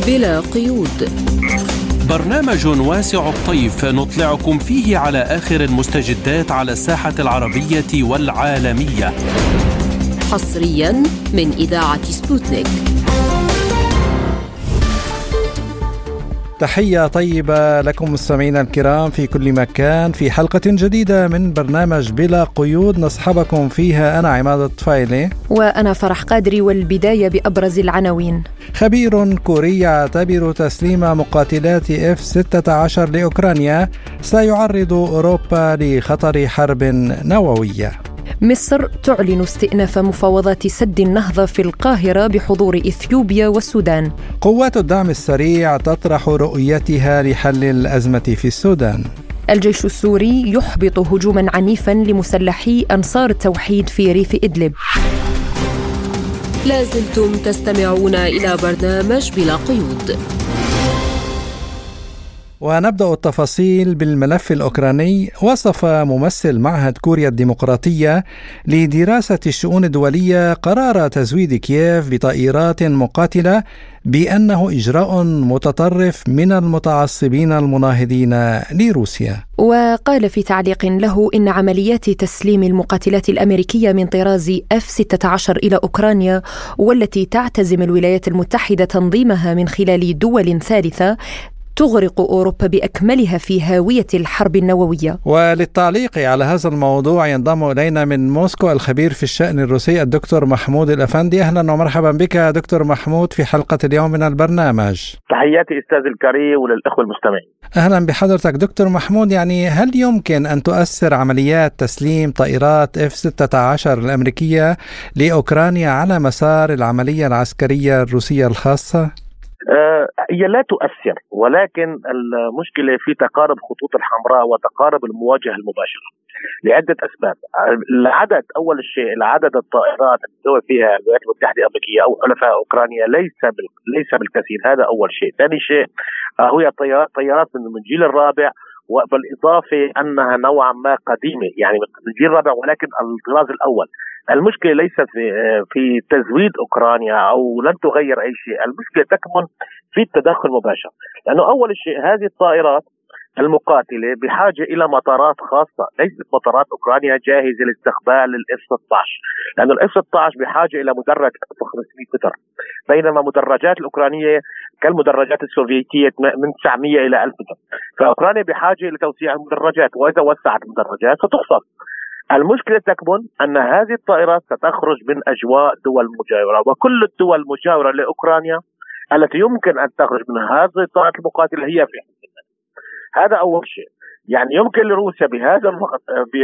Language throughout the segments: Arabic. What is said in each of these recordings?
بلا قيود، برنامج واسع الطيف نطلعكم فيه على آخر المستجدات على الساحة العربية والعالمية، حصريا من إذاعة سبوتنيك. تحية طيبة لكم مستمعينا الكرام في كل مكان، في حلقة جديدة من برنامج بلا قيود نصحبكم فيها أنا عماد الطفيلي وأنا فرح قادري. والبداية بأبرز العناوين. خبير كوري يعتبر تسليم مقاتلات F-16 لأوكرانيا سيعرض أوروبا لخطر حرب نووية. مصر تعلن استئناف مفاوضات سد النهضة في القاهرة بحضور إثيوبيا والسودان. قوات الدعم السريع تطرح رؤيتها لحل الأزمة في السودان. الجيش السوري يحبط هجوما عنيفا لمسلحي أنصار التوحيد في ريف إدلب. لازلتم تستمعون إلى برنامج بلا قيود. ونبدأ التفاصيل بالملف الأوكراني. وصف ممثل معهد كوريا الديمقراطية لدراسة الشؤون الدولية قرار تزويد كييف بطائرات مقاتلة بأنه إجراء متطرف من المتعصبين المناهضين لروسيا. وقال في تعليق له إن عمليات تسليم المقاتلات الأمريكية من طراز F-16 إلى أوكرانيا، والتي تعتزم الولايات المتحدة تنظيمها من خلال دول ثالثة، تغرق أوروبا بأكملها في هاوية الحرب النووية. وللتعليق على هذا الموضوع ينضم إلينا من موسكو الخبير في الشأن الروسي الدكتور محمود الأفندي. أهلا ومرحبا بك دكتور محمود في حلقة اليوم من البرنامج. تحياتي أستاذ الكريم وللإخوة المستمعين. أهلا بحضرتك دكتور محمود. يعني هل يمكن أن تؤثر عمليات تسليم طائرات F-16 الأمريكية لأوكرانيا على مسار العملية العسكرية الروسية الخاصة؟ هي لا تؤثر، ولكن المشكلة في تقارب خطوط الحمراء وتقارب المواجهة المباشرة لعدة أسباب. أول شيء العدد الطائرات اللي فيها الولايات المتحدة الأمريكية أو حلفاء أوكرانيا ليس بالكثير، هذا أول شيء. ثاني شيء هي طيارات من الجيل الرابع، وبالإضافة أنها نوعا ما قديمة، يعني من الجيل الرابع ولكن الطراز الأول. المشكلة ليست في تزويد أوكرانيا أو لن تغير أي شيء، المشكلة تكمن في التدخل المباشر. لأنه أول شيء هذه الطائرات المقاتلة بحاجة إلى مطارات خاصة، ليست مطارات أوكرانيا جاهزة لاستقبال الF-16، لأن الF-16 بحاجة إلى مدرج 500 متر، بينما مدرجات الأوكرانية كالمدرجات السوفيتية من 900 إلى 1000 متر. فأوكرانيا بحاجة لتوسيع المدرجات، وإذا وسعت المدرجات ستخسر. المشكلة تكمن أن هذه الطائرات ستخرج من أجواء دول مجاورة، وكل الدول المجاورة لأوكرانيا التي يمكن أن تخرج من هذه الطائرات المقاتلة هي في هذا أول شيء. يعني يمكن لروسيا بهذا الوقت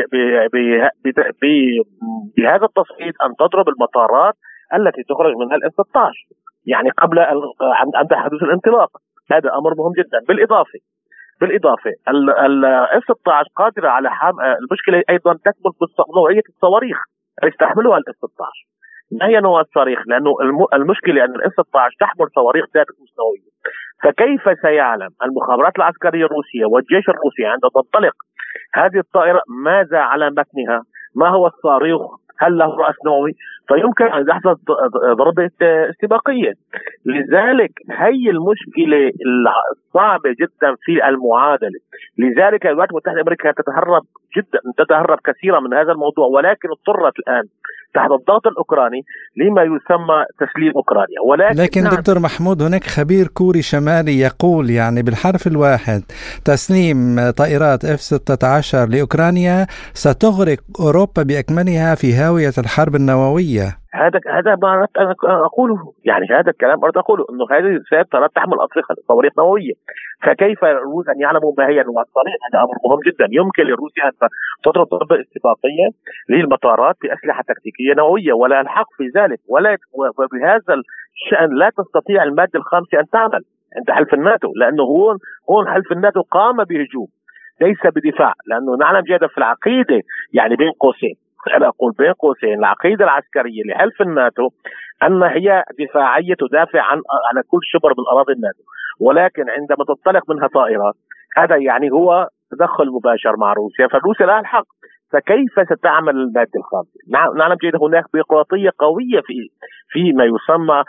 بهذا التصعيد أن تضرب المطارات التي تخرج منها F-16 يعني قبل عند حدوث الانطلاق. هذا أمر مهم جدا. بالإضافة F-16 قادرة على المشكلة أيضا تكمن في نوعية الصواريخ اللي يستحملها F-16. ما هي نوع الصواريخ؟ لأنه المشكلة أن F-16 تحمل صواريخ ذات نووية. فكيف سيعلم المخابرات العسكرية الروسية والجيش الروسي عند تنطلق هذه الطائرة ماذا على متنها؟ ما هو الصاروخ؟ هل له رأس نووي؟ فيمكن أن يحصل ضربة استباقية. لذلك هي المشكلة الصعبة جدا في المعادلة. لذلك الولايات المتحدة الأمريكية تتهرب كثيرا من هذا الموضوع، ولكن اضطرت الآن تحت الضغط الأوكراني لما يسمى تسليم أوكرانيا. لكن دكتور محمود، هناك خبير كوري شمالي يقول يعني بالحرف الواحد تسليم طائرات F-16 لأوكرانيا ستغرق أوروبا بأكملها في هاوية الحرب النووية. هذا ما أقوله، يعني هذا الكلام أريد أقوله، أنه هذه الطائرات تحمل صواريخ نووية. فكيف الروس أن يعلموا ما هي نوع الصواريخ؟ هذا أمر مهم جدا. يمكن لروسيا أن تضرب ضربة استباقية للمطارات بأسلحة تكتيكية نووية، ولا الحق في ذلك، وبهذا الشأن لا تستطيع المادة الخامسة أن تعمل عند حلف الناتو، لأنه هون حلف الناتو قام بهجوم ليس بدفاع. لأنه نعلم جيدا في العقيدة، يعني بين قوسين، أنا أقول بين قوسين، العقيدة العسكرية لحلف الناتو أن هي دفاعية تدافع عن كل شبر من أراضي الناتو، ولكن عندما تنطلق منها طائرات هذا يعني هو تدخل مباشر مع روسيا. فروسيا لها الحق فكيف ستعمل المادة الخام؟ نعلم جيدا هناك بيروقراطية قوية فيما يسمى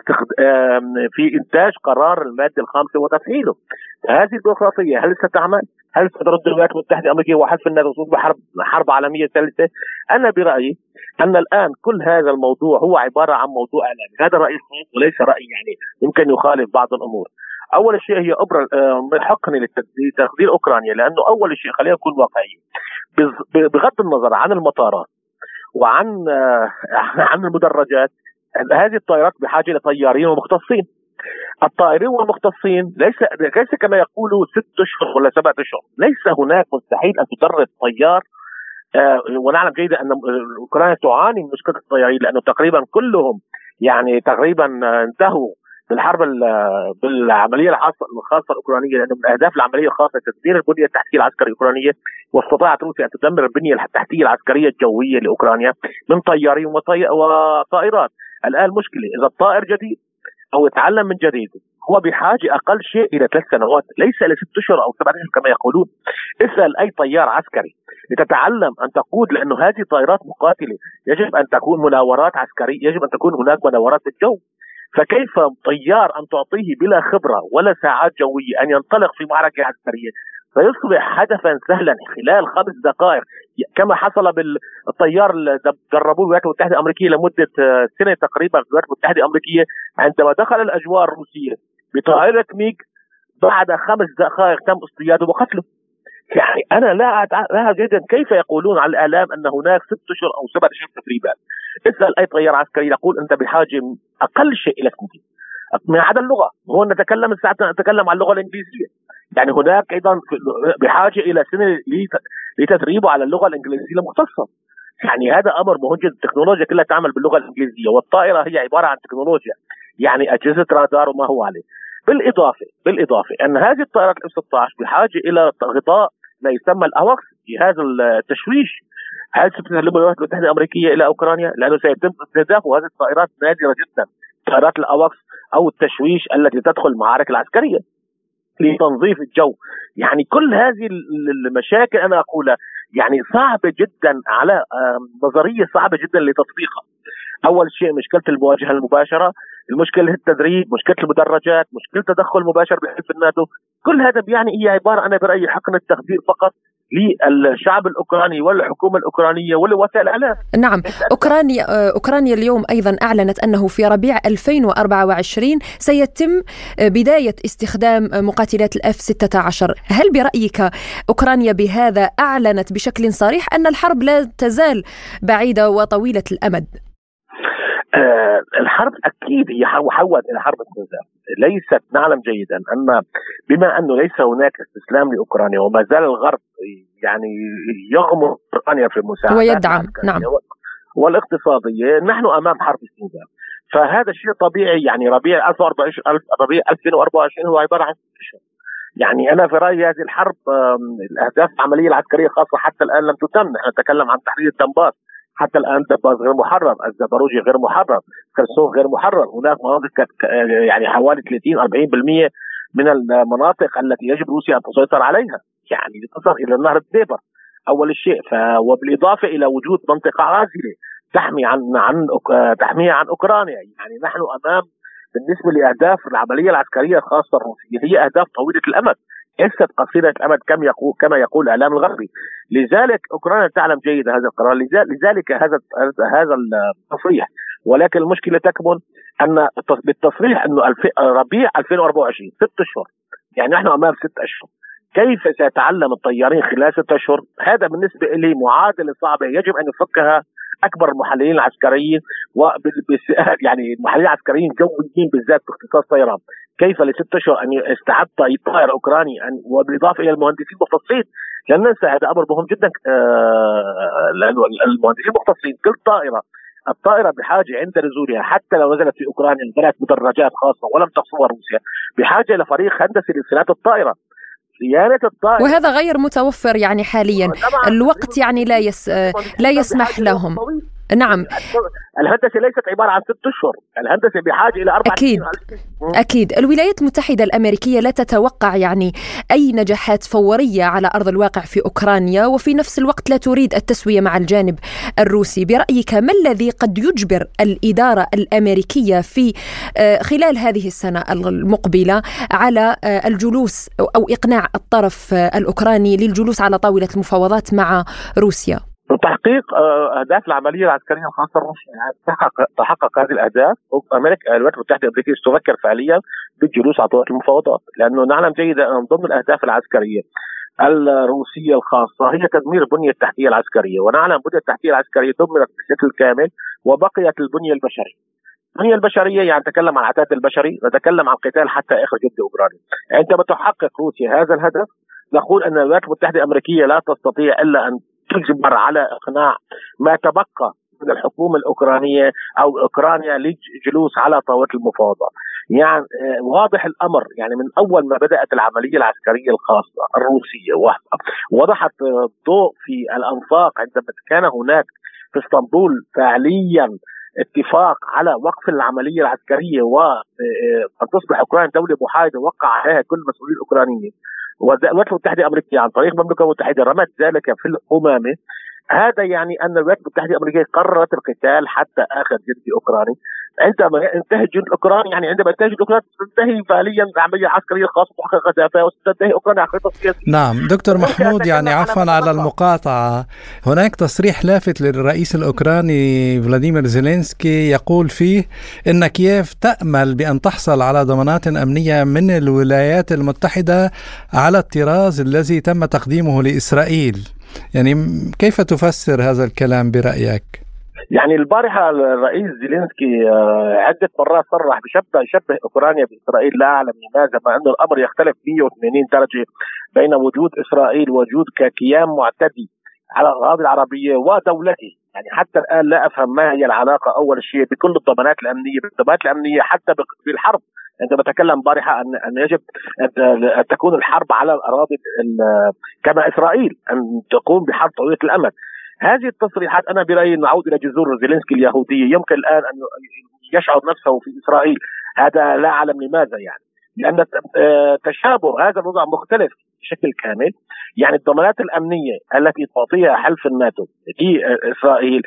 في إنتاج قرار المادة الخامسة وتفعيله. هذه البيروقراطية هل ستعمل؟ هل سترد الولايات المتحدة الأمريكية وحلف الناتو بحرب عالمية ثالثة؟ أنا برأيي أن الآن كل هذا الموضوع هو عبارة عن موضوع إعلامي. هذا رأي خاص وليس رأي يعني يمكن يخالف بعض الأمور. أول شيء هي حقني لتخدير أوكرانيا، لأنه أول شيء خلينا نكون واقعيين بغض النظر عن المطارات وعن المدرجات. هذه الطائرات بحاجة لطيارين ومختصين. الطائرين والمختصين ليس كما يقولوا 6 أشهر ولا 7 أشهر. ليس هناك مستحيل أن تدرب طيار. ونعلم جيدا أن أوكرانيا تعاني من مشكلة الطيارين، لأنه تقريبا كلهم يعني تقريبا انتهوا بالعملية الخاصة الأوكرانية، لأنه من أهداف العملية الخاصة تدمير البنية التحتية العسكرية الأوكرانية. واستطاعت روسيا أن تدمر البنية التحتية العسكرية الجوية لأوكرانيا من طيارين وطائرات. الآن المشكلة إذا الطائر جديد أو يتعلم من جديد هو بحاجة أقل شيء إلى 3 سنوات، ليس إلى 6 أشهر أو 7 أشهر كما يقولون. اسأل أي طيار عسكري لتتعلم أن تقود، لأنه هذه طائرات مقاتلة يجب أن تكون مناورات عسكرية، يجب أن تكون هناك مناورات بالجو. فكيف طيار أن تعطيه بلا خبرة ولا ساعات جوية أن ينطلق في معركة عسكرية فيصبح هدفا سهلا خلال 5 دقائق، كما حصل بالطيار اللي دربوه الولايات المتحدة الأمريكية لمدة سنة تقريبا. الولايات المتحدة الأمريكية عندما دخل الأجواء الروسية بطائرة ميج بعد 5 دقائق تم اصطياده وقتله. يعني أنا لا جدا كيف يقولون على الإعلام أن هناك 6 أشهر أو 7 أشهر تدريبات. اسأل أي طيار عسكري يقول أنت بحاجة أقل شيء إلى 2 ما عدا اللغة. هو نتكلم عن اللغة الإنجليزية، يعني هناك أيضا بحاجة إلى سنة لتدريبه على اللغة الإنجليزية المختصة. يعني هذا أمر مهم جدا. التكنولوجيا كلها تعمل باللغة الإنجليزية، والطائرة هي عبارة عن تكنولوجيا يعني أجهزة رادار وما هو عليه. بالإضافة أن هذه الطائرات F-16 بحاجة إلى غطاء ما يسمى الأوكس، جهاز التشويش. هل ستسلم الولايات المتحدة الأمريكية إلى أوكرانيا؟ لأنه سيتم استهداف هذه الطائرات نادرة جدا، طائرات الأوكس أو التشويش التي تدخل المعارك العسكرية لتنظيف الجو. يعني كل هذه المشاكل أنا أقولها يعني صعبة جدا، على نظرية صعبة جدا لتطبيقها. أول شيء مشكلة المواجهة المباشرة، المشكلة التدريب، مشكلة المدرجات، مشكلة تدخل مباشر بحلف الناتو. كل هذا يعني هي عبارة أنا برأيي حقن التخدير فقط للشعب الأوكراني والحكومة الأوكرانية ولوسائل الإعلام. نعم. أوكرانيا اليوم أيضا أعلنت أنه في ربيع 2024 سيتم بداية استخدام مقاتلات F-16. هل برأيك أوكرانيا بهذا أعلنت بشكل صريح أن الحرب لا تزال بعيدة وطويلة الأمد؟ الحرب أكيد هي حولت إلى حرب استنزاف. ليست، نعلم جيدا أن بما أنه ليس هناك استسلام لأوكرانيا وما زال الغرب يعني يغمر أوكرانيا في المساعدة ويدعم نعم والاقتصادية، نحن أمام حرب استنزاف. فهذا الشيء طبيعي. يعني ربيع 2024 هو عبارة عن 6 أشهر. يعني أنا في رأيي هذه الحرب الأهداف العملية العسكرية خاصة حتى الآن لم تتم. نحن نتكلم عن تحرير دنباس، حتى الآن دنباس غير محرر، الزبروجي غير محرر، خرسون غير محرر. هناك مناطق يعني حوالي 30-40% من المناطق التي يجب روسيا أن تسيطر عليها، يعني تصل إلى نهر الدنيبر أول شيء. وبالإضافة إلى وجود منطقة عازلة تحميها عن أوكرانيا. يعني نحن أمام بالنسبة لأهداف العملية العسكرية الخاصة الروسية هي أهداف طويلة الأمد ليست قصيرة الأمد كما يقول الإعلام الغربي. لذلك أوكرانيا تعلم جيدا هذا القرار، لذلك هذا التصريح. ولكن المشكلة تكمن أن بالتصريح أنه ربيع 2024 6 أشهر، يعني نحن أمام 6 أشهر. كيف سيتعلم الطيارين خلال 6 أشهر؟ هذا بالنسبة لي معادلة صعبة يجب أن يفكها أكبر المحللين العسكريين يعني المحللين العسكريين جويين بالذات باختصاص طيران. كيف ل6 أشهر أن يستعد طائر أوكراني وبالإضافة إلى المهندسين المختصين؟ لن ننسى هذا أمر مهم جدا. المهندسين المختصين كل الطائرة بحاجة عند نزولها حتى لو نزلت في أوكرانيا بنت مدرجات خاصة ولم تصور روسيا بحاجة إلى فريق هندسي لصيانة الطائرة. وهذا غير متوفر يعني حاليا. الوقت يعني لا يسمح لهم. نعم. الهندسة ليست عبارة عن 6 أشهر، الهندسة بحاجة إلى 4 سنين. أكيد الولايات المتحدة الأمريكية لا تتوقع يعني أي نجاحات فورية على أرض الواقع في أوكرانيا، وفي نفس الوقت لا تريد التسوية مع الجانب الروسي. برأيك ما الذي قد يجبر الإدارة الأمريكية في خلال هذه السنة المقبلة على الجلوس أو إقناع الطرف الأوكراني للجلوس على طاولة المفاوضات مع روسيا؟ تحقيق أهداف العملية العسكرية الخاصة الروسية. تحقق هذه الأهداف، الولايات المتحدة الأمريكية تفكر فعليا بالجلوس على طاولة المفاوضات، لأنه نعلم جيدا أن ضمن الأهداف العسكرية الروسية الخاصة هي تدمير البنية التحتية العسكرية، ونعلم البنية التحتية العسكرية دمرت بشكل كامل وبقيت البنية البشرية. البنية البشرية يعني نتكلم عن العتاد البشري، نتكلم عن قتال حتى آخر جد أوكرانيا. عندما تحقق روسيا هذا الهدف نقول أن الولايات المتحدة الأمريكية لا تستطيع إلا أن تجبر على إقناع ما تبقى من الحكومة الأوكرانية أو أوكرانيا للجلوس على طاولة المفاوضات. يعني واضح الأمر، يعني من أول ما بدأت العملية العسكرية الخاصة الروسية وضحت الضوء في الأنفاق عندما كان هناك في اسطنبول فعليا اتفاق على وقف العملية العسكرية وأن تصبح أوكرانيا دولة محايدة وقع عليها كل المسؤولين الأوكرانيين، والولايات المتحدة الأمريكية عن طريق المملكة المتحدة رمت ذلك في الأمم. هذا يعني أن الولايات المتحدة الأمريكية قررت القتال حتى آخر جند أوكراني. عندما ينتهي الجند الأوكراني، يعني عندما ينتهي الجند الأوكراني تنتهي فعليا العملية العسكرة الخاصة بتحقيق أهدافها وستنتهي أوكرانيا على خريطة سياسية. نعم دكتور محمود، يعني عفوا على المقاطعة، هناك تصريح لافت للرئيس الأوكراني فلاديمير زيلينسكي يقول فيه إن كييف تأمل بأن تحصل على ضمانات أمنية من الولايات المتحدة على الطراز الذي تم تقديمه لإسرائيل. يعني كيف تفسر هذا الكلام برأيك؟ يعني البارحة الرئيس زيلينسكي عدة مرات صرح يشبه أوكرانيا بإسرائيل، لا أعلم لماذا، مع أن الأمر يختلف 180 درجة بين وجود إسرائيل وجود ككيان معتدي على الأراضي العربية ودولته. يعني حتى الآن لا أفهم ما هي العلاقة أول شيء بكل الضمانات الأمنية حتى بالحرب. عندما تكلم بارحة أن يجب أن تكون الحرب على الأراضي كما إسرائيل أن تقوم بحرب طويلة الأمد. هذه التصريحات أنا برأيي نعود إلى جذور زيلينسكي اليهودية. يمكن الآن أن يشعر نفسه في إسرائيل، هذا لا أعلم لماذا، يعني لأن تشابه هذا الوضع مختلف بشكل كامل. يعني الضمانات الأمنية التي تعطيها حلف الناتو لإسرائيل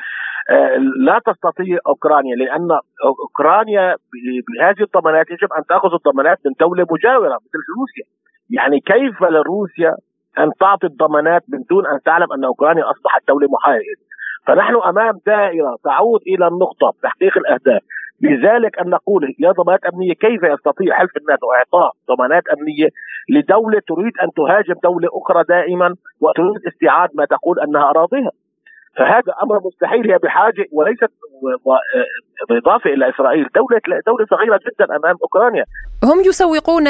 لا تستطيع أوكرانيا، لأن أوكرانيا بهذه الضمانات يجب أن تأخذ الضمانات من دولة مجاورة مثل روسيا. يعني كيف لروسيا أن تعطي الضمانات من دون أن تعلم أن أوكرانيا أصبحت دولة محايدة؟ فنحن أمام دائرة تعود إلى النقطة تحقيق الأهداف. لذلك أن نقول يا ضمانات أمنية، كيف يستطيع حلف الناتو إعطاء ضمانات أمنية لدولة تريد أن تهاجم دولة أخرى دائما وتريد استيعاب ما تقول أنها أراضيها؟ فهذا أمر مستحيل. هي بحاجة وليست بالإضافة إلى إسرائيل دولة صغيرة جدا أمام أوكرانيا. هم يسوقون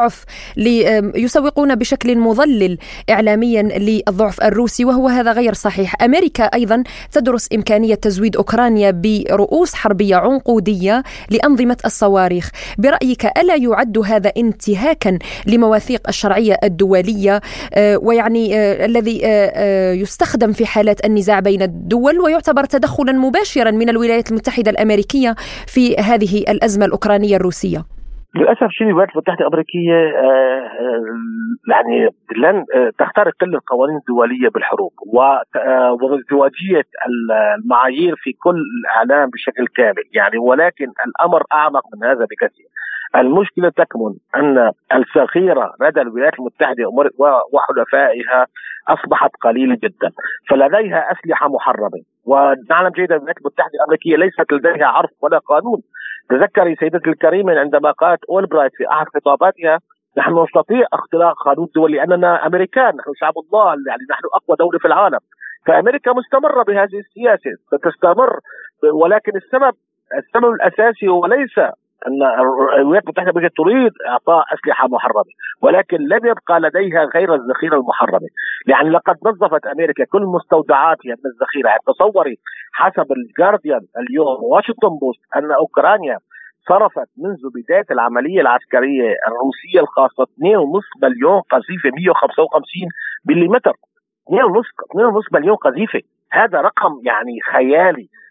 يسوقون بشكل مضلل إعلاميا للضعف الروسي، وهو هذا غير صحيح. أمريكا أيضا تدرس إمكانية تزويد أوكرانيا برؤوس حربية عنقودية لأنظمة الصواريخ. برأيك ألا يعد هذا انتهاكا لمواثيق الشرعية الدولية، ويعني الذي يستخدم في حالات النزاع بين الدول، ويعتبر تدخلا مباشرا من الولايات المتحدة الأمريكية في هذه الأزمة الأوكرانية الروسية؟ للأسف شيء الولايات المتحدة الأمريكية يعني لن تخترق كل القوانين الدولية بالحروب وازدواجية المعايير في كل الإعلام بشكل كامل، يعني ولكن الأمر أعمق من هذا بكثير. المشكلة تكمن أن الذخيرة لدى الولايات المتحدة وحلفائها أصبحت قليلة جدا، فلديها أسلحة محرمة. ونعلم جيدا الولايات المتحدة الأمريكية ليست لديها عرف ولا قانون. تذكري سيدتي الكريمة عندما قالت أولبرايت في أحد خطاباتها نحن نستطيع اختراق قانون دولي لأننا أمريكان، نحن شعب الله، يعني نحن أقوى دولة في العالم. فأمريكا مستمرة بهذه السياسة ستستمر، ولكن السبب الأساسي هو ليس أن الولايات المتحدة الأمريكية تريد إعطاء أسلحة محرمة، ولكن لم يبقى لديها غير الذخيرة المحرمة. يعني لقد نظفت أمريكا كل مستودعاتها من الذخيرة. يعني تصوري حسب الجارديان اليوم واشنطن بوست أن أوكرانيا صرفت منذ بداية العملية العسكرية الروسية الخاصة 2.5 مليون قذيفة 155 ملم. 2.5 مليون قذيفة، هذا رقم يعني خيالي.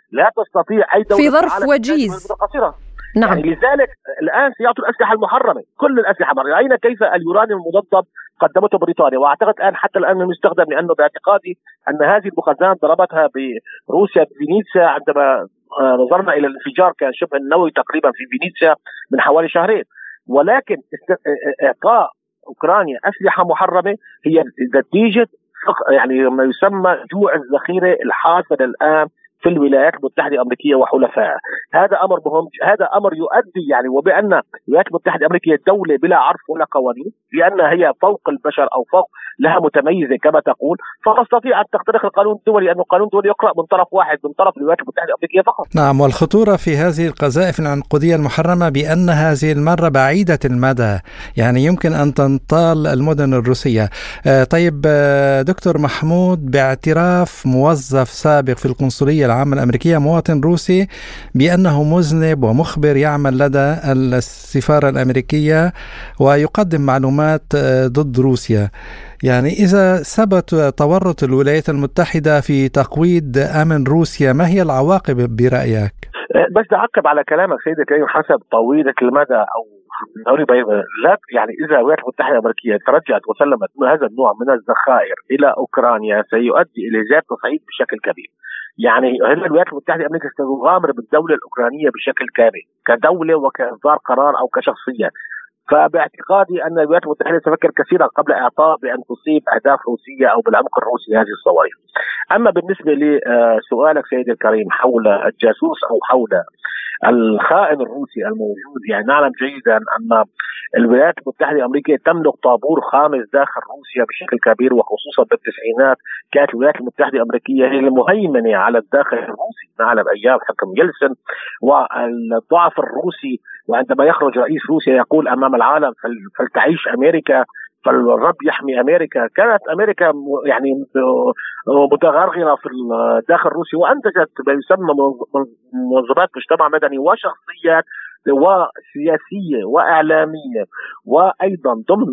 لا تستطيع أي دولة في ظرف وجيز قصيرة. نعم. يعني لذلك الآن سيعطوا الأسلحة المحرمة، كل الأسلحة المحرمة. رأينا كيف اليورانيوم المضبب قدمته بريطانيا، واعتقد حتى الآن المستخدم، لأنه باعتقادي أن هذه المخزنات ضربتها بروسيا بفينيسيا عندما نظرنا إلى الانفجار كان شبه النووي تقريبا في فينيسيا من حوالي شهرين. ولكن إعطاء أوكرانيا أسلحة محرمة هي نتيجة يعني ما يسمى جوع الذخيرة الحاصل الآن في الولايات المتحدة الأمريكية وحلفائها. هذا أمر مهم، هذا أمر يؤدي يعني وبأن الولايات المتحدة الأمريكية دولة بلا عرف ولا قوانين، لأنها هي فوق البشر أو فوق لها متميزة كما تقول، فتستطيع أن تخترق القانون الدولي، لأنه القانون الدولي يقرأ من طرف واحد، من طرف الولايات المتحدة الأمريكية فقط. نعم، والخطورة في هذه القذائف العنقودية المحرمة بأن هذه المرة بعيدة المدى، يعني يمكن أن تنطال المدن الروسية. طيب دكتور محمود، باعتراف موظف سابق في القنصلية العامة الأمريكية مواطن روسي بأنه مذنب ومخبر يعمل لدى السفارة الأمريكية ويقدم معلومات ضد روسيا، يعني إذا ثبت تورط الولايات المتحدة في تقويض أمن روسيا، ما هي العواقب برأيك؟ بس أعقب على كلامك سيدي الكريم، حسب طويلة المدى أو لا يعني إذا الولايات المتحدة الأمريكية ترجعت وسلمت هذا النوع من الذخائر إلى أوكرانيا سيؤدي إلى زيادة تصعيد بشكل كبير. يعني الولايات المتحدة الأمريكية ستغامر بالدولة الأوكرانية بشكل كامل كدولة وكإصدار قرار أو كشخصية. فباعتقادي أن الولايات المتحدة تفكر كثيرا قبل إعطاء بأن تصيب أهداف روسية أو بالعمق الروسي هذه الصواريخ. أما بالنسبة لسؤالك سيدي الكريم حول الجاسوس أو حول الخائن الروسي الموجود، يعني نعلم جيدا أن الولايات المتحدة الأمريكية تملك طابور خامس داخل روسيا بشكل كبير، وخصوصا بالتسعينات كانت الولايات المتحدة الأمريكية هي المهيمنة على الداخل الروسي، نعلم أيام حكم يلسن والضعف الروسي، وعندما يخرج رئيس روسيا يقول أمام العالم فلتعيش أمريكا، فالرب يحمي أمريكا. كانت أمريكا يعني متغرغرة في الداخل الروسي، وأنتجت ما يسمى منظمات مجتمع مدني وشخصيات وسياسية وإعلامية، وأيضا ضمن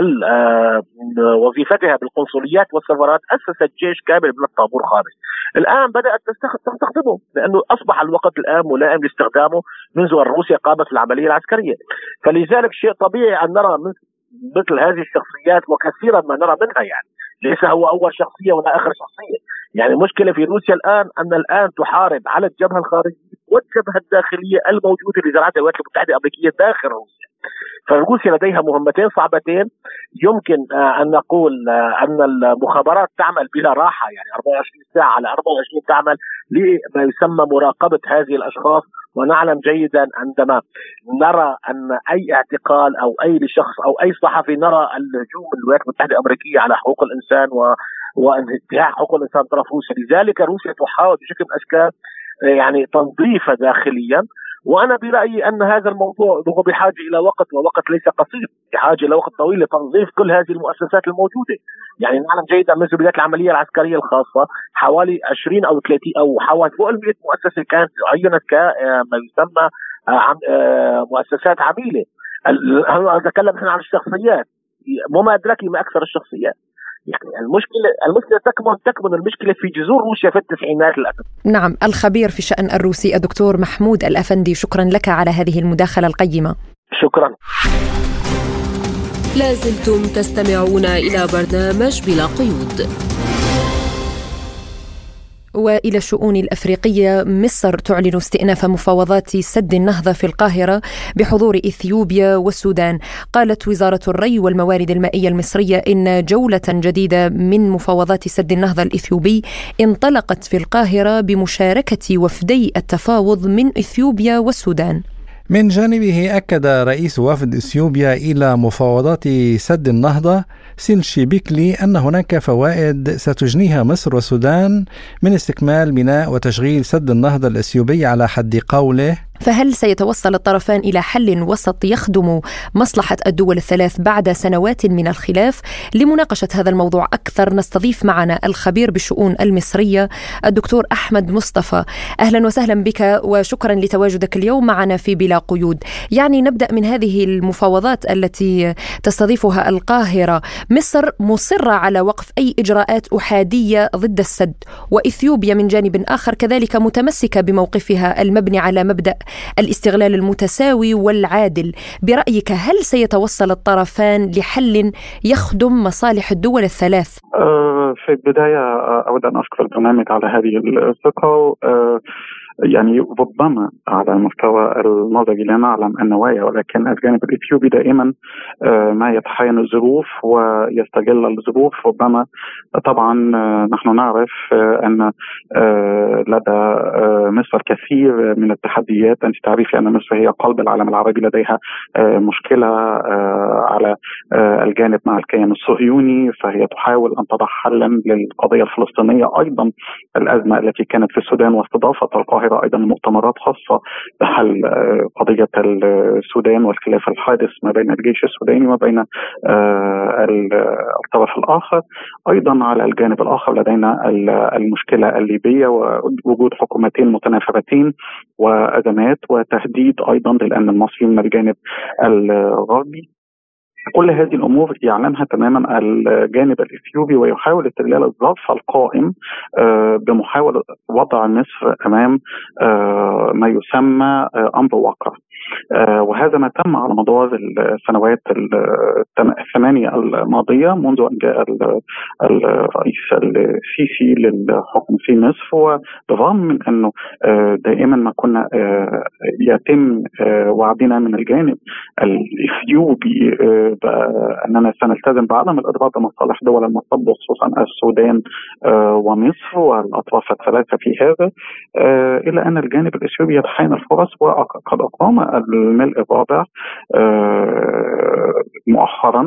وظيفتها بالقنصليات والسفارات أسست جيش كامل من الطابور خامس. الآن بدأت تستخدمه لأنه أصبح الوقت الآن ملائم لاستخدامه منذ أن روسيا قامت العملية العسكرية. فلذلك شيء طبيعي أن نرى مثل هذه الشخصيات، وكثيرا ما نرى منها، يعني ليس هو أول شخصية ولا آخر شخصية. يعني المشكلة في روسيا الآن تحارب على الجبهة الخارجية والجبهة الداخلية الموجودة لزراعة الولايات المتحدة الأمريكية داخل روسيا. فروسيا لديها مهمتين صعبتين، يمكن أن نقول أن المخابرات تعمل بلا راحة، يعني 24 ساعة على 24 تعمل لما يسمى مراقبة هذه الأشخاص. ونعلم جيدا عندما نرى أن أي اعتقال أو أي شخص أو أي صحفي نرى الهجوم الولايات المتحدة الأمريكية على حقوق الإنسان وانتهاك حقوق الإنسان طرف روسيا. لذلك روسيا تحاول بشكل من الأشكال يعني تنظيفها داخليا. وأنا برأيي أن هذا الموضوع هو بحاجة إلى وقت، ووقت ليس قصير، بحاجة إلى وقت طويل لتنظيف كل هذه المؤسسات الموجودة. يعني نعلم جيدا منذ بداية العملية العسكرية الخاصة حوالي 20 أو 30 أو حوالي فوق 100 مؤسسة كانت عينت كما يسمى مؤسسات عميلة. أنا أتكلم هنا عن الشخصيات، وما أدرك ما أكثر الشخصيات. يعني المشكلة تكمن المشكلة في جذور روسيا في التسعينات للأسف. نعم، الخبير في الشأن الروسي الدكتور محمود الأفندي، شكرا لك على هذه المداخلة القيمة. شكرا. لازلتم تستمعون إلى برنامج بلا قيود. وإلى الشؤون الأفريقية، مصر تعلن استئناف مفاوضات سد النهضة في القاهرة بحضور إثيوبيا والسودان. قالت وزارة الري والموارد المائية المصرية إن جولة جديدة من مفاوضات سد النهضة الإثيوبي انطلقت في القاهرة بمشاركة وفدي التفاوض من إثيوبيا والسودان. من جانبه أكد رئيس وفد إثيوبيا إلى مفاوضات سد النهضة سيلشي بيكلي أن هناك فوائد ستجنيها مصر والسودان من استكمال بناء وتشغيل سد النهضة الإثيوبي على حد قوله، فهل سيتوصل الطرفان إلى حل وسط يخدم مصلحة الدول الثلاث بعد سنوات من الخلاف؟ لمناقشة هذا الموضوع أكثر نستضيف معنا الخبير بالشؤون المصرية الدكتور أحمد مصطفى. أهلا وسهلا بك وشكرا لتواجدك اليوم معنا في بلا قيود. يعني نبدأ من هذه المفاوضات التي تستضيفها القاهرة. مصر مصرة على وقف أي إجراءات أحادية ضد السد، وإثيوبيا من جانب آخر كذلك متمسكة بموقفها المبني على مبدأ الاستغلال المتساوي والعادل. برأيك هل سيتوصل الطرفان لحل يخدم مصالح الدول الثلاث؟ في البداية أود أن أشكر البرنامج على هذه الثقة. يعني ربما على المستوى النظري لا نعلم النوايا، ولكن الجانب الإثيوبي دائما ما يتحين الظروف ويستغل الظروف. ربما طبعا نحن نعرف أن لدى مصر كثير من التحديات. أنت تعرفي أن مصر هي قلب العالم العربي، لديها مشكلة على الجانب مع الكيان الصهيوني، فهي تحاول أن تضع حلا للقضية الفلسطينية. أيضا الأزمة التي كانت في السودان واستضافة القاهرة أيضا مؤتمرات خاصة بحل قضية السودان والخلاف الحادث ما بين الجيش السوداني وما بين الطرف الآخر. أيضا على الجانب الآخر لدينا المشكلة الليبية ووجود حكومتين متنافرتين وأزمات وتهديد أيضا للأمن المصري من الجانب الغربي. كل هذه الأمور يعلمها تماما الجانب الإثيوبي، ويحاول استغلال الظرف القائم بمحاولة وضع مصر أمام ما يسمى أمر واقع. وهذا ما تم على مدار السنوات الثمانية الماضية منذ أن جاء الرئيس السيسي للحكم في مصر. وبالرغم من أنه دائما ما كنا يتم وعدنا من الجانب الإثيوبي بأننا سنلتزم بعدم الإضرار بمصالح دول المصب وخصوصا السودان ومصر والأطراف الثلاثة في هذا، إلا أن الجانب الإثيوبي يتحين الفرص وقد أقام الملء الرابع مؤخرا.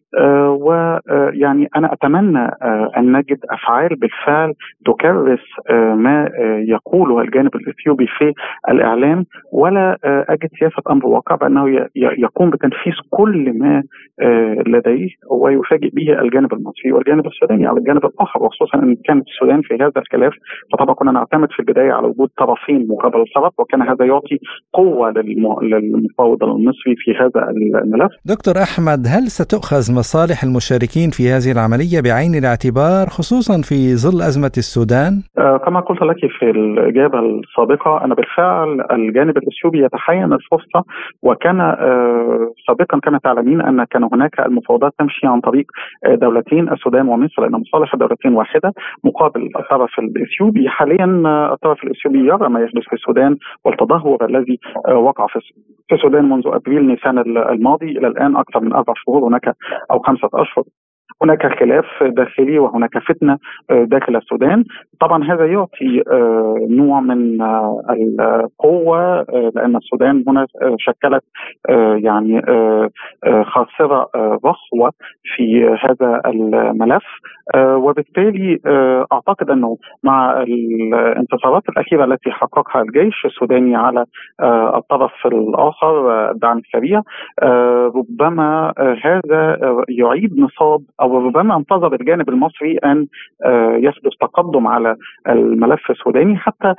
ويعني أنا أتمنى أن نجد أفعال بالفعل تكرس ما يقوله الجانب الإثيوبي في الإعلام، ولا أجد سياسة أمر واقع بأنه يقوم بتنفيذ كل ما لديه ويفاجئ به الجانب المصري والجانب السوداني على الجانب الآخر. وخصوصا أن كانت السودان في هذا الخلاف، فطبعا كنا نعتمد في البداية على وجود طرفين مقابل طرف، وكان هذا يعطي قوة للمفاوض المصري في هذا الملف. دكتور أحمد، هل ستؤخذ مصالح المشاركين في هذه العملية بعين الاعتبار خصوصا في ظل أزمة السودان؟ كما قلت لك في الإجابة السابقة، أن بالفعل الجانب الإثيوبي يتحين الفرصة، وكان سابقا كما تعلمين أن كان هناك المفاوضات تمشي عن طريق دولتين السودان ومصر، لأن مصالح الدولتين واحدة مقابل الطرف الإثيوبي. حاليا الطرف الإثيوبي يرى ما يحدث في السودان والتدهور الذي وقع في السودان منذ أبريل نيسان الماضي إلى الآن أكثر من 4 شهور هناك أو 5 أشهر. هناك خلاف داخلي وهناك فتنة داخل السودان. طبعا هذا يعطي نوع من القوة، لأن السودان هنا شكلت يعني خاسرة ضخمة في هذا الملف. وبالتالي أعتقد أنه مع الانتصارات الأخيرة التي حققها الجيش السوداني على الطرف الآخر الدعم السريع، ربما هذا يعيد نصاب أو ربما انتظر الجانب المصري أن يحدث تقدم على الملف السوداني حتى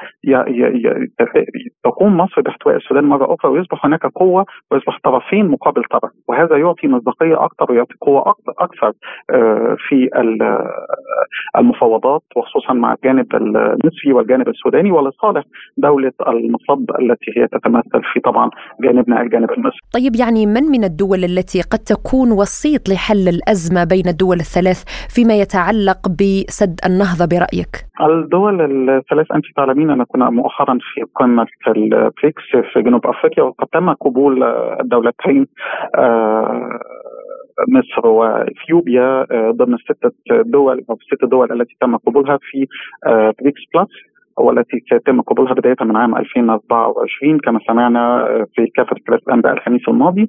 تقوم مصر باحتواء السودان مرة أخرى، ويصبح هناك قوة ويصبح طرفين مقابل طرف، وهذا يعطي مصداقية أكثر ويعطي قوة أكثر في المفاوضات، وخصوصا مع الجانب المصري والجانب السوداني، ولصالح دولة المصب التي هي تتمثل في طبعا جانبنا الجانب المصري. طيب، يعني من الدول التي قد تكون وسيط لحل الأزمة بين الدول الثلاث فيما يتعلق بسد النهضة برأيك؟ الدول الثلاث أنت تعلمين أن كنا مؤخرا في قمة البريكس في جنوب أفريقيا، وقد تم قبول الدولتين مصر وإثيوبيا ضمن 6 دول أو 6 دول التي تم قبولها في بريكس بلس. والتي سيتم قبولها بداية من عام 2024 كما سمعنا في كافة الأنباء الخميس الماضي.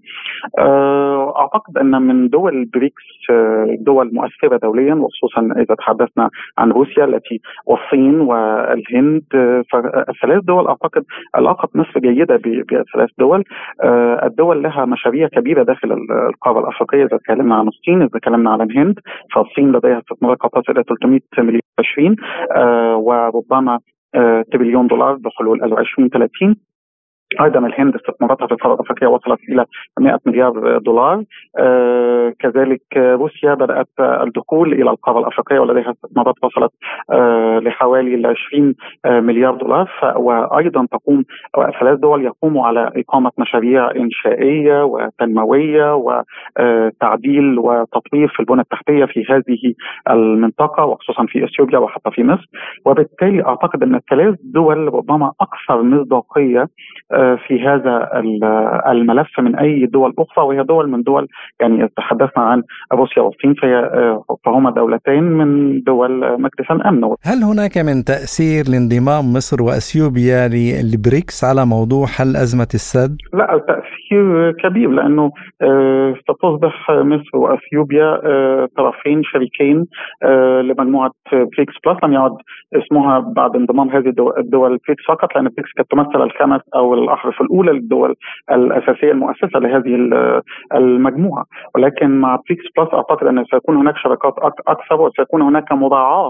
أعتقد أن من دول البريكس دول مؤثرة دوليا، وخصوصا إذا تحدثنا عن روسيا التي والصين والهند، فالثلاث دول أعتقد علاقة مصر جيدة بالثلاث دول. الدول لها مشاريع كبيرة داخل القارة الأفريقية. إذا تكلمنا عن الصين، إذا تكلمنا عن الهند، فالصين لديها استثمارات قد إلى 300 مليون 20 وربما تريليون دولار بحلول 2030. أيضا الهند استثماراتها في القارة الأفريقية وصلت إلى 100 مليار دولار. كذلك روسيا بدأت الدخول إلى القارة الأفريقية ولديها استثمارات وصلت لحوالي 20 مليار دولار. وأيضا تقوم ثلاث دول يقوموا على إقامة مشاريع إنشائية وتنموية وتعديل وتطوير في البنى التحتية في هذه المنطقة، وخصوصا في إثيوبيا وحتى في مصر. وبالتالي أعتقد أن الثلاث دول ربما أكثر مصداقية في هذا الملف من أي دول أخرى، وهي دول من دول، يعني تحدثنا عن روسيا والصين فهما دولتين من دول مجلس الأمن. هل هناك من تأثير لانضمام مصر وأثيوبيا للبريكس على موضوع حل أزمة السد؟ لا، التأثير كبير، لأنه ستصبح مصر وأثيوبيا طرفين شريكين لمجموعة بريكس بلس. لم يعد اسمها بعد انضمام هذه الدول بريكس فقط، لأن بريكس كانت تمثل الخمس أو الأحرف الأولى للدول الأساسية المؤسسة لهذه المجموعة. ولكن مع بريكس بلس أعتقد أن سيكون هناك شراكات أكثر، وسيكون هناك مراعاة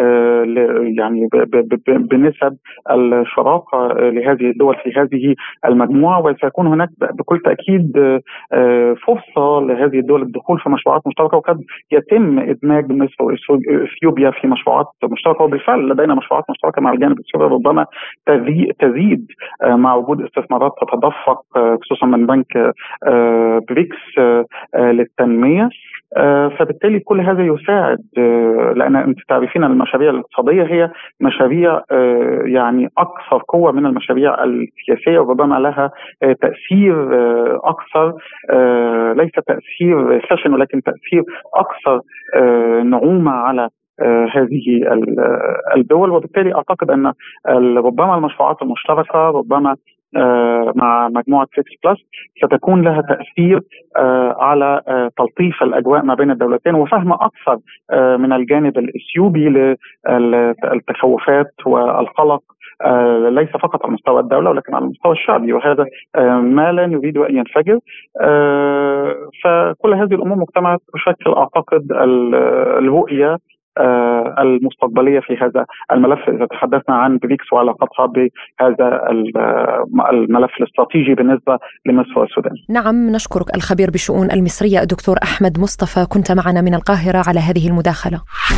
يعني بنسب الشراكة لهذه الدول في هذه المجموعة، وسيكون هناك بكل تأكيد فرصة لهذه الدول الدخول في مشروعات مشتركة. وقد يتم إدماج مصر وإثيوبيا في مشروعات مشتركة، وبالفعل لدينا مشروعات مشتركة مع الجانب السوري ربما تزيد مع وجود استثمارات تتدفق خصوصا من بنك بريكس للتنمية. فبالتالي كل هذا يساعد، لأن أنت تعرفين المشاريع الاقتصادية هي مشاريع يعني أكثر قوة من المشاريع السياسية، وربما لها تأثير أكثر، ليس تأثير خشن ولكن تأثير أكثر نعومة على هذه الدول. وبالتالي أعتقد أن ربما المشروعات المشتركة ربما مع مجموعة بريكس بلس ستكون لها تأثير على تلطيف الأجواء ما بين الدولتين، وفهم أكثر من الجانب الإثيوبي للتخوفات والقلق ليس فقط على مستوى الدولة ولكن على المستوى الشعبي، وهذا ما لا نريد أن ينفجر. فكل هذه الأمور مجتمعة تشكل أعتقد الرؤية المستقبلية في هذا الملف إذا تحدثنا عن بريكس وعلاقتها بهذا الملف الاستراتيجي بالنسبة لمصر والسودان. نعم، نشكرك الخبير بالشؤون المصرية الدكتور أحمد مصطفى، كنت معنا من القاهرة على هذه المداخلة.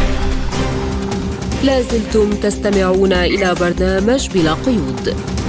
لازلتم تستمعون إلى برنامج بلا قيود.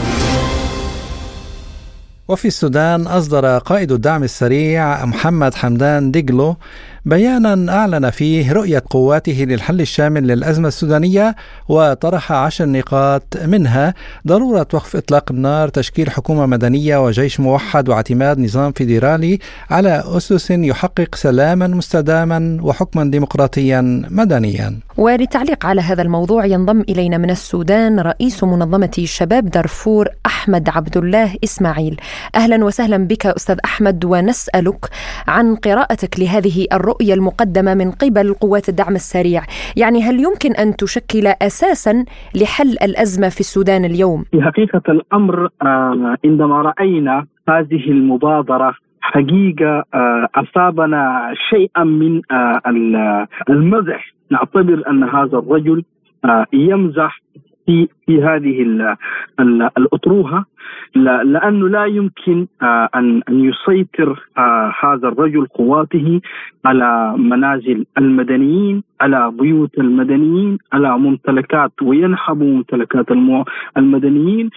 وفي السودان أصدر قائد الدعم السريع محمد حمدان ديغلو بيانا أعلن فيه رؤية قواته للحل الشامل للأزمة السودانية، وطرح 10 نقاط، منها ضرورة وقف إطلاق النار، تشكيل حكومة مدنية وجيش موحد، واعتماد نظام فيدرالي على أسس يحقق سلاما مستداما وحكما ديمقراطيا مدنيا. وللتعليق على هذا الموضوع ينضم إلينا من السودان رئيس منظمة شباب دارفور أحمد عبد الله إسماعيل. أهلا وسهلا بك أستاذ أحمد، ونسألك عن قراءتك لهذه الرؤية المقدمة من قبل قوات الدعم السريع. يعني هل يمكن أن تشكل أساسا لحل الأزمة في السودان اليوم؟ في حقيقة الأمر عندما رأينا هذه المبادرة حقيقة أصابنا شيئا من المزح. نعتبر أن هذا الرجل يمزح في هذه الأطروحة، لأنه لا يمكن أن يسيطر هذا الرجل قواته على منازل المدنيين، على بيوت المدنيين، على ممتلكات، وينحب ممتلكات المدنيين،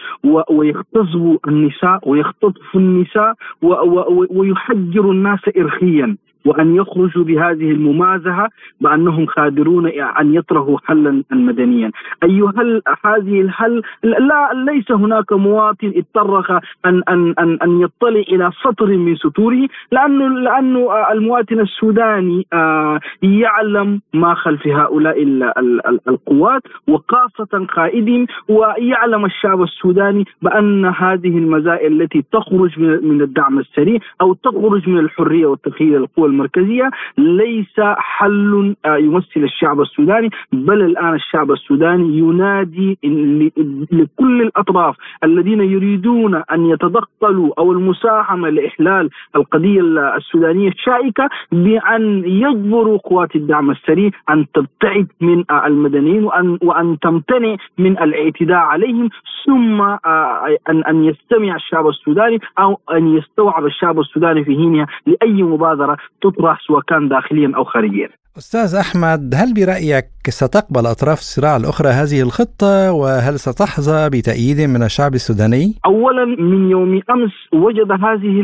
ويغتصب النساء ويختطف النساء ويحجر الناس إرخيا. وأن يخرجوا بهذه الممازحة بأنهم قادرون أن يطرحوا حلا مدنيا. هل هذه الحل لا، ليس هناك مواطن اتطرق أن يطلع إلى سطر من سطوره، لأنه المواطن السوداني يعلم ما خلف هؤلاء القوات وخاصة قائدهم، ويعلم الشعب السوداني بأن هذه المزايا التي تخرج من الدعم السريع أو تخرج من الحرية والتخيير القوى المركزية ليس حل يمثل الشعب السوداني، بل الآن الشعب السوداني ينادي لكل الأطراف الذين يريدون أن يتدخلوا أو المساهمة لإحلال القضية السودانية الشائكة بأن يجبروا قوات الدعم السريع أن تبتعد من المدنيين وأن تمتنع من الاعتداء عليهم، ثم أن يستمع الشعب السوداني أو أن يستوعب الشعب السوداني في حينها لأي مبادرة تطرح سواء كان داخليا أو خارجيا. أستاذ أحمد، هل برأيك ستقبل أطراف الصراع الأخرى هذه الخطة، وهل ستحظى بتأييد من الشعب السوداني؟ أولا، من يوم أمس وجد هذه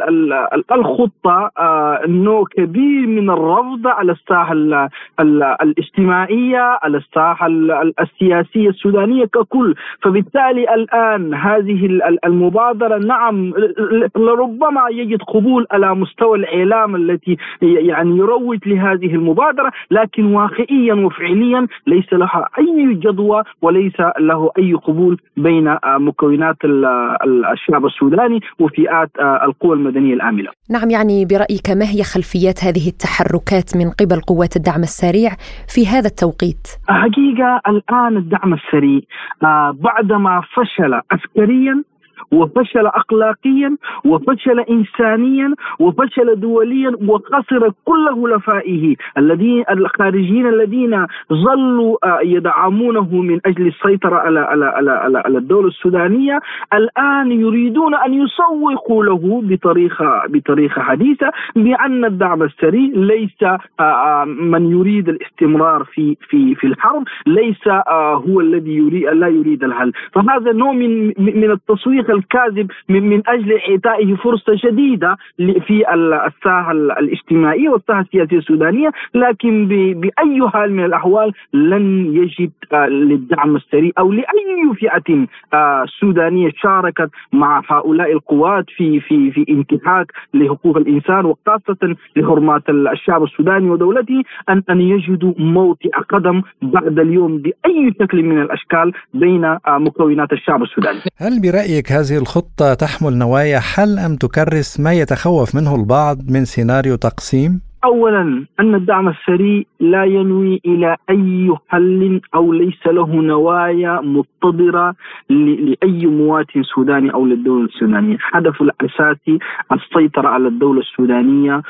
الخطة نوع كبير من الرفض على الساحة الاجتماعية، على الساحة السياسية السودانية ككل. فبالتالي الآن هذه المبادرة نعم لربما يجد قبول على مستوى الإعلام التي يعني يروج لهذه المبادرة، لكن واقعيا وفعليا ليس لها أي جدوى وليس له أي قبول بين مكونات الشعب السوداني وفئات القوى المدنية العاملة. نعم، يعني برأيك ما هي خلفيات هذه التحركات من قبل قوات الدعم السريع في هذا التوقيت؟ حقيقة الآن الدعم السريع بعدما فشل عسكريا وفشل أخلاقيا وفشل إنسانيا وفشل دوليا وخسر كل حلفائه الخارجيين الذين ظلوا يدعمونه من أجل السيطرة على الدولة السودانية، الآن يريدون أن يسوقوا له بطريقة حديثة بأن الدعم السريع ليس من يريد الاستمرار في الحرب، ليس هو الذي لا يريد الحل. فهذا نوع من التسويق الكاذب من أجل إعطائه فرصة جديدة في الساحة الاجتماعية والساحة السياسية السودانية، لكن بأي حال من الأحوال لن يجد للدعم السريع أو لأي فئة سودانية شاركت مع هؤلاء القوات في انتهاك لحقوق الإنسان وخاصة لحرمات الشعب السوداني ودولته أن يجدوا موطئ قدم بعد اليوم بأي شكل من الأشكال بين مكونات الشعب السوداني. هل برأيك هذه الخطة تحمل نوايا حل أم تكرس ما يتخوف منه البعض من سيناريو تقسيم؟ أولا، أن الدعم السريع لا ينوي إلى أي حل أو ليس له نوايا مقتضرة لأي مواطن سوداني أو للدولة السودانية. هدفه الأساسي السيطرة على الدولة السودانية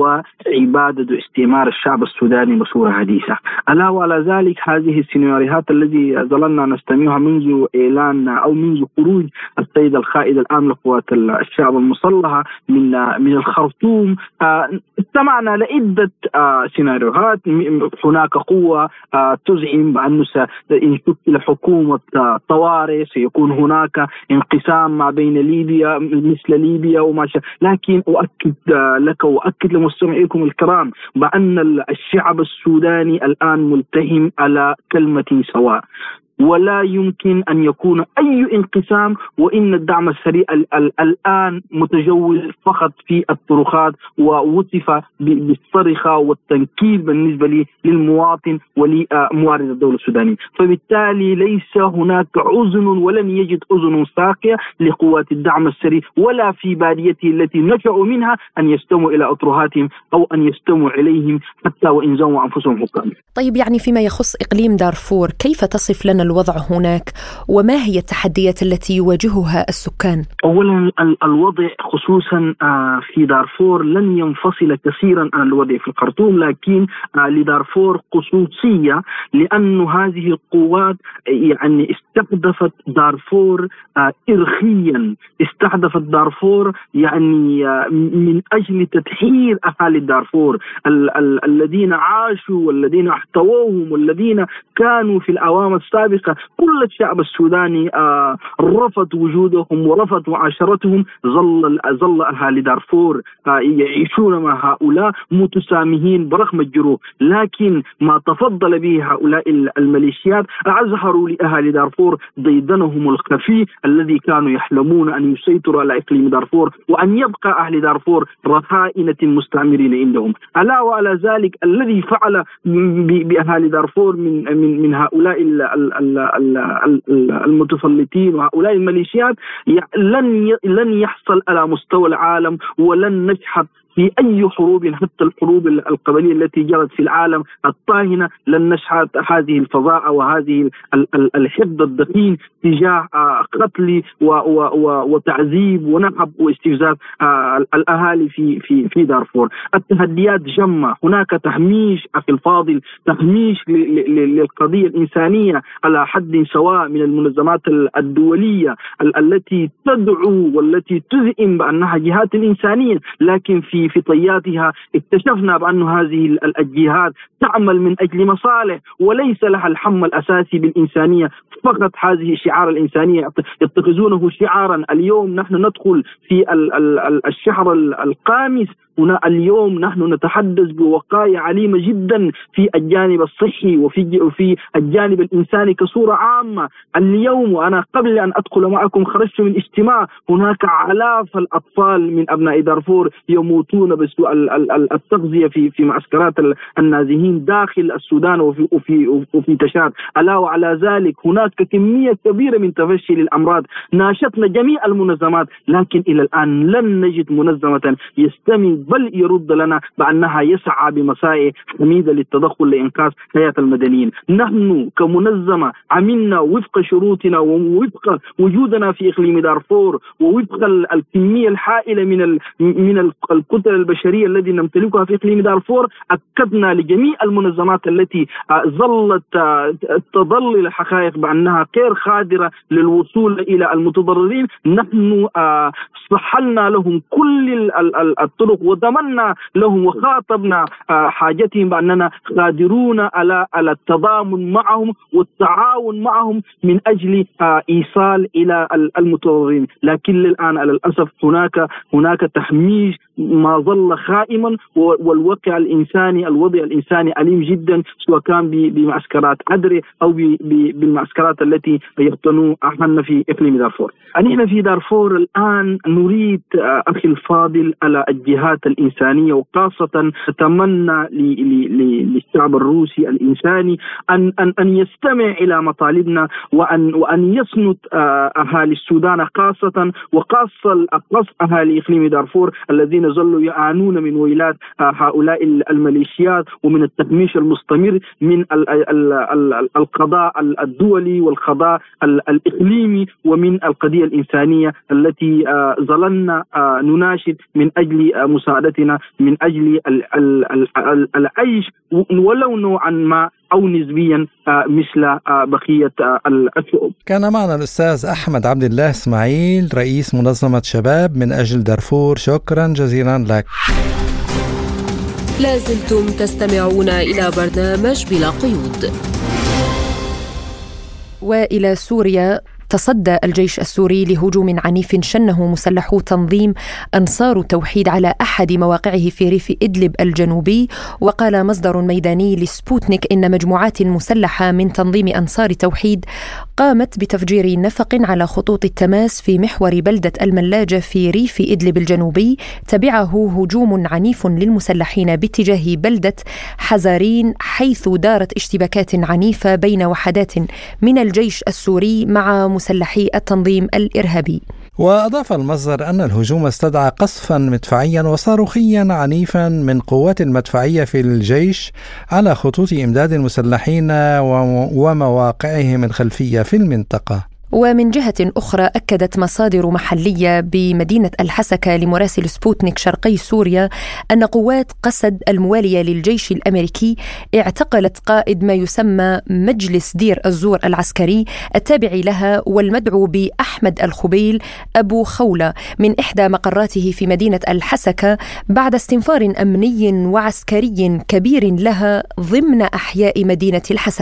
وعبادة واستعمار الشعب السوداني بصورة حديثة. ألا وعلى ذلك هذه السيناريوهات التي ظللنا نستمعها منذ إعلان أو منذ خروج السيد القائد العام لقوات الشعب المسلحة من الخرطوم، استمعنا لعدة سيناريوهات. هناك قوة تزعم بأنه إن شكل حكومة طوارئ سيكون هناك انقسام ما بين ليبيا مثل ليبيا وما شابه، لكن أؤكد لك وأؤكد لمستمعيكم الكرام بأن الشعب السوداني الآن ملتهم على كلمة سواء، ولا يمكن أن يكون أي انقسام، وإن الدعم السريع الآن متجول فقط في الطرقات ووصف بالصرخة والتنكيل بالنسبة للمواطن ولموارد الدولة السودانية. فبالتالي ليس هناك أذن ولن يجد أذن ساقية لقوات الدعم السريع ولا في باديته التي نشأوا منها أن يستمعوا إلى أطروحاتهم أو أن يستمعوا إليهم حتى وإن زموا أنفسهم حكام. طيب، يعني فيما يخص إقليم دارفور، كيف تصف لنا الوضع هناك وما هي التحديات التي يواجهها السكان؟ أولا، الوضع خصوصا في دارفور لن ينفصل كثيرا عن الوضع في الخرطوم، لكن لدارفور خصوصية لأن هذه القوات يعني استهدفت دارفور إرخيا، استهدفت دارفور يعني من أجل تدحير أهالي دارفور الذين عاشوا والذين احتووهم والذين كانوا في الأعوام السابقة الحقيقة كل الشعب السوداني رفض وجودهم ورفض معاشرتهم. ظل أهالي دارفور يعيشون مع هؤلاء متسامحين برغم الجروح، لكن ما تفضل به هؤلاء الميليشيات أظهروا لأهالي دارفور ضيدنهم الخفي الذي كانوا يحلمون أن يسيطروا على إقليم دارفور وأن يبقى أهل دارفور رهائنة مستعمرين عندهم. ألا وعلى ذلك الذي فعل بأهالي دارفور من هؤلاء المتسلطين وهؤلاء الميليشيات لن يحصل على مستوى العالم، ولن نشهد في أي حروب حتى الحروب القبلية التي جرت في العالم الطاهنة لن نشهد هذه الفظاعة وهذه الحقد الدقيق تجاه قتل وتعذيب ونهب واستفزاز الأهالي في دارفور. التحديات جمة، هناك تهميش أخي الفاضل، تهميش للقضية الإنسانية على حد سواء من المنظمات الدولية التي تدعو والتي تزعم بأنها جهات إنسانية، لكن في طياتها اكتشفنا بأن هذه الجهات تعمل من أجل مصالح وليس لها الحم الأساسي بالإنسانية فقط. هذه الشعار الإنسانية يتخذونه شعارا. اليوم نحن ندخل في الشهر الخامس، هنا اليوم نحن نتحدث بوقاية عليمة جدا في الجانب الصحي وفي الجانب الإنساني كصورة عامة. اليوم وأنا قبل أن أدخل معكم خرجت من اجتماع، هناك آلاف الأطفال من أبناء دارفور يموتون بسوء التغذية في معسكرات النازحين داخل السودان وفي تشاد. ألا وعلى ذلك هناك كمية كبيرة من تفشي للأمراض. ناشطنا جميع المنظمات، لكن إلى الآن لن نجد منظمة يستمع بل يرد لنا بأنها يسعى بمساعي حميدة للتدخل لإنقاذ حياة المدنيين. نحن كمنظمة عملنا وفق شروطنا ووفق وجودنا في إقليم دارفور ووفق الكمية الحائلة من الكتل البشرية التي نمتلكها في إقليم دارفور. أكدنا لجميع المنظمات التي ظلت تظل الحقائق بأنها غير قادرة للوصول إلى المتضررين. نحن صحلنا لهم كل الطرق وضمنا لهم وخاطبنا حاجتهم بأننا قادرون على التضامن معهم والتعاون معهم من أجل إيصال إلى المتضررين. لكن الآن على الأسف هناك تحميش ما ظل خائما، والوضع الإنساني أليم جدا، سواء كان بمعسكرات عدري أو بالمعسكرات التي يقتنوا أهلنا في إقليم دارفور. نحن في دارفور الآن نريد أخي الفاضل على الجهات الإنسانية، وخاصة نتمنى للشعب الروسي الإنساني أن يستمع إلى مطالبنا وأن يسند أهالي السودان خاصة وخاصة أهالي إقليم دارفور الذين ظلوا يعانون من ويلات هؤلاء الميليشيات ومن التهميش المستمر من القضاء الدولي والقضاء الإقليمي ومن القضية الإنسانية التي ظللنا نناشد من أجل مساعدتنا من أجل العيش ولو نوعا ما أو نسبيا مثل بقية الشعوب. كان معنا الأستاذ أحمد عبد الله إسماعيل رئيس منظمة شباب من أجل دارفور. شكرا جزيلا لك. لازلتم تستمعون إلى برنامج بلا قيود. وإلى سوريا. تصدى الجيش السوري لهجوم عنيف شنه مسلحو تنظيم أنصار توحيد على أحد مواقعه في ريف إدلب الجنوبي. وقال مصدر ميداني لسبوتنيك إن مجموعات مسلحة من تنظيم أنصار توحيد قامت بتفجير نفق على خطوط التماس في محور بلدة الملاجة في ريف إدلب الجنوبي. تبعه هجوم عنيف للمسلحين باتجاه بلدة حزارين، حيث دارت اشتباكات عنيفة بين وحدات من الجيش السوري مع مسلحي التنظيم الإرهابي. وأضاف المصدر أن الهجوم استدعى قصفا مدفعيا وصاروخيا عنيفا من قوات المدفعية في الجيش على خطوط إمداد المسلحين ومواقعهم الخلفية في المنطقة. ومن جهة أخرى أكدت مصادر محلية بمدينة الحسكة لمراسل سبوتنيك شرقي سوريا أن قوات قسد الموالية للجيش الأمريكي اعتقلت قائد ما يسمى مجلس دير الزور العسكري التابع لها والمدعو بأحمد الخبيل أبو خولة من إحدى مقراته في مدينة الحسكة بعد استنفار أمني وعسكري كبير لها ضمن أحياء مدينة الحسكة.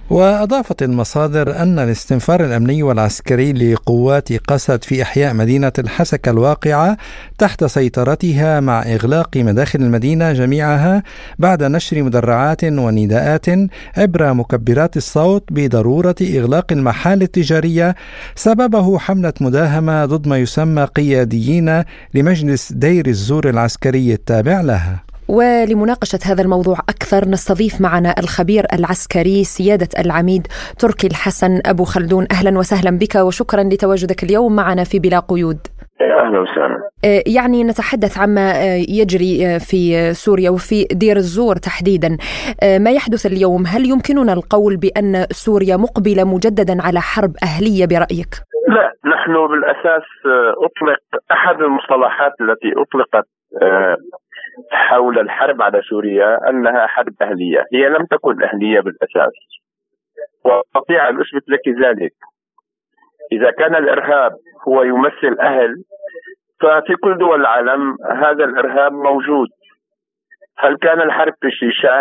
وأضافت المصادر أن الاستنفار الأمني والعسكري لقوات قسد في إحياء مدينة الحسكة الواقعة تحت سيطرتها مع إغلاق مداخل المدينة جميعها بعد نشر مدرعات ونداءات عبر مكبرات الصوت بضرورة إغلاق المحال التجارية، سببه حملة مداهمة ضد ما يسمى قياديين لمجلس دير الزور العسكري التابع لها. ولمناقشة هذا الموضوع أكثر نستضيف معنا الخبير العسكري سيادة العميد تركي الحسن أبو خلدون. أهلا وسهلا بك وشكرا لتواجدك اليوم معنا في بلا قيود. أهلا وسهلا. يعني نتحدث عما يجري في سوريا وفي دير الزور تحديدا. ما يحدث اليوم، هل يمكننا القول بأن سوريا مقبلة مجددا على حرب أهلية برأيك؟ لا، نحن بالأساس أطلق أحد المصطلحات التي أطلقت حول الحرب على سوريا أنها حرب أهلية. هي لم تكن أهلية بالأساس، وأستطيع أن أثبت لك ذلك. إذا كان الإرهاب هو يمثل أهل، ففي كل دول العالم هذا الإرهاب موجود. هل كانت الحرب في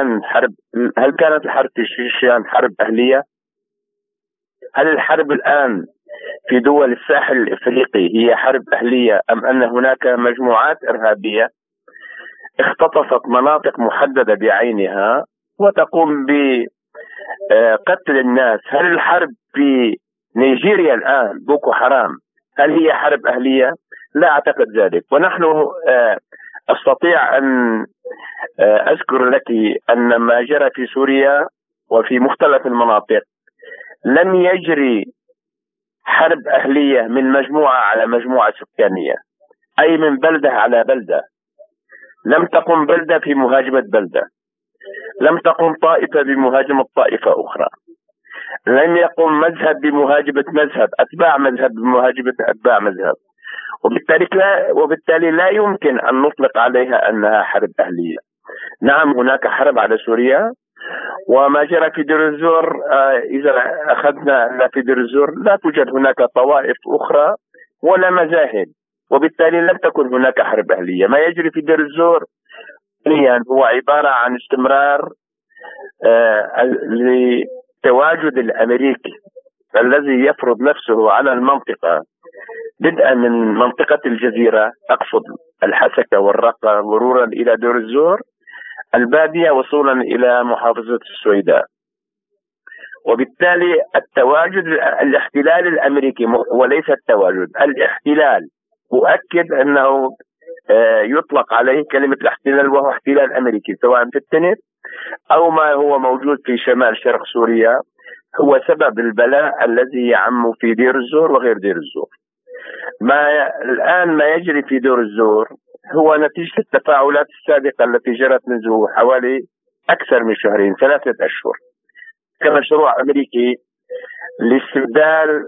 الشيشان حرب أهلية؟ هل الحرب الآن في دول الساحل الإفريقي هي حرب أهلية، أم أن هناك مجموعات إرهابية اختطفت مناطق محددة بعينها وتقوم بقتل الناس؟ هل الحرب في نيجيريا الآن بوكو حرام هل هي حرب أهلية؟ لا أعتقد ذلك. ونحن أستطيع أن أذكر لك أن ما جرى في سوريا وفي مختلف المناطق لم يجري حرب أهلية من مجموعة على مجموعة سكانية، أي من بلدة على بلدة. لم تقم بلدة في مهاجمة بلدة، لم تقم طائفة بمهاجمة طائفة أخرى، لم يقم مذهب بمهاجمة مذهب، أتباع مذهب بمهاجمة أتباع مذهب. وبالتالي لا يمكن أن نطلق عليها أنها حرب أهلية. نعم، هناك حرب على سوريا، وما جرى في دير الزور إذا أخذنا أن في دير الزور لا توجد هناك طوائف أخرى ولا مذاهب، وبالتالي لم تكن هناك حرب أهلية. ما يجري في دير الزور هو عبارة عن استمرار لتواجد الأمريكي الذي يفرض نفسه على المنطقة، بدءا من منطقة الجزيرة، أقصد الحسكة والرقة، مرورا إلى دير الزور، البادية، وصولا إلى محافظة السويداء. وبالتالي التواجد الاحتلال الأمريكي وليس التواجد، الاحتلال أؤكد أنه يطلق عليه كلمة الاحتلال، وهو احتلال أمريكي، سواء في التنف أو ما هو موجود في شمال شرق سوريا، هو سبب البلاء الذي يعم في دير الزور وغير دير الزور. الآن ما يجري في دير الزور هو نتيجة التفاعلات السابقة التي جرت منذ حوالي أكثر من شهرين، 3 أشهر، كمشروع أمريكي لاستبدال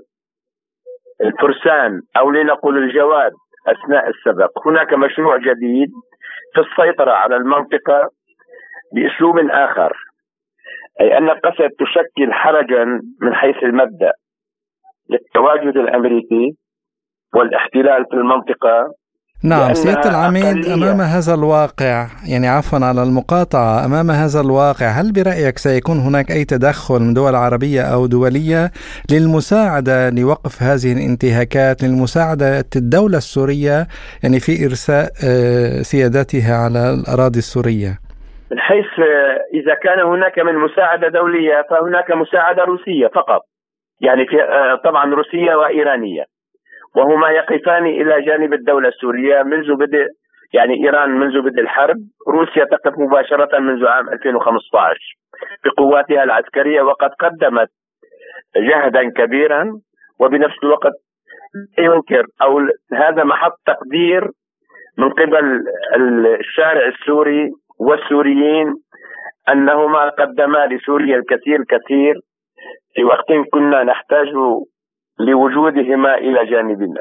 الفرسان أو لنقول الجواد أثناء السبق. هناك مشروع جديد في السيطرة على المنطقة بأسلوب آخر، أي أن قسد تشكل حرجا من حيث المبدأ للتواجد الأمريكي والاحتلال في المنطقة. نعم سيادة العميد، أمام هذا الواقع، يعني عفوا على المقاطعة، أمام هذا الواقع هل برأيك سيكون هناك أي تدخل من دول عربية أو دولية للمساعدة لوقف هذه الانتهاكات، للمساعدة الدولة السورية يعني في إرساء سيادتها على الأراضي السورية؟ من حيث إذا كان هناك من مساعدة دولية فهناك مساعدة روسية فقط، يعني طبعا روسية وإيرانية، وهما يقفان إلى جانب الدولة السورية منذ بدء، يعني إيران منذ بدء الحرب، روسيا تقف مباشرة منذ عام 2015 بقواتها العسكرية، وقد قدمت جهدا كبيرا، وبنفس الوقت ينكر أو هذا محط تقدير من قبل الشارع السوري والسوريين أنهما قدما لسوريا الكثير في وقت كنا نحتاج لوجودهما إلى جانبنا.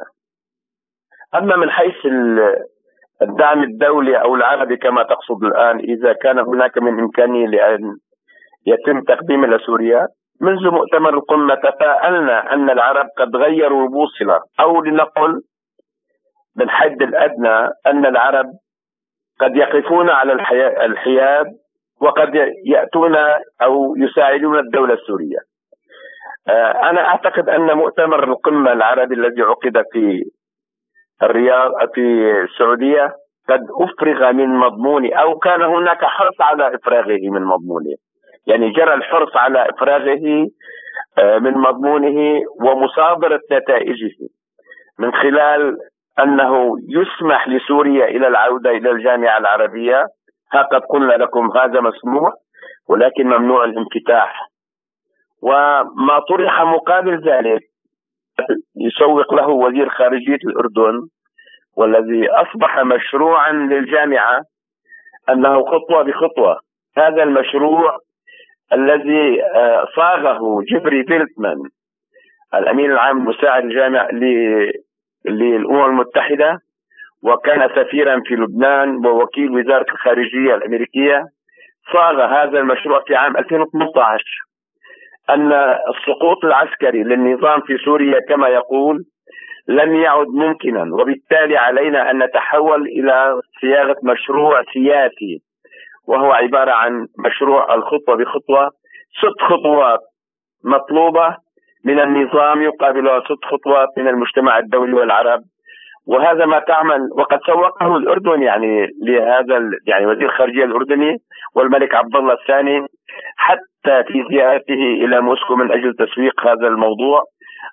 أما من حيث الدعم الدولي أو العربي كما تقصد الآن، إذا كان هناك من إمكانية لأن يتم تقديم لسوريا، منذ مؤتمر القمة تفاءلنا أن العرب قد غيروا البوصلة، أو لنقل بالحد الأدنى أن العرب قد يقفون على الحياد وقد يأتون أو يساعدون الدولة السورية. أنا أعتقد أن مؤتمر القمة العربي الذي عقد في الرياض في السعودية قد أفرغ من مضمونه، أو كان هناك حرص على إفراغه من مضمونه، يعني جرى الحرص على إفراغه من مضمونه ومصادرة نتائجه من خلال أنه يسمح لسوريا إلى العودة إلى الجامعة العربية. قد قلنا لكم هذا مسموح ولكن ممنوع الانفتاح. وما طرح مقابل ذلك يسوق له وزير خارجية الأردن والذي أصبح مشروعا للجامعة، أنه خطوة بخطوة هذا المشروع الذي صاغه جيفري فيلتمان الأمين العام المساعد الجامعة للأمم المتحدة، وكان سفيرا في لبنان ووكيل وزارة الخارجية الأمريكية. صاغ هذا المشروع في عام 2018 أن السقوط العسكري للنظام في سوريا كما يقول لم يعد ممكنا، وبالتالي علينا أن نتحول إلى صياغة مشروع سياسي، وهو عبارة عن مشروع الخطوة بخطوة. 6 خطوات مطلوبة من النظام يقابلها 6 خطوات من المجتمع الدولي والعرب، وهذا ما تعمل. وقد سوقه الأردن يعني لهذا يعني وزير الخارجية الأردني والملك عبد الله الثاني حتى في زيارته إلى موسكو من أجل تسويق هذا الموضوع.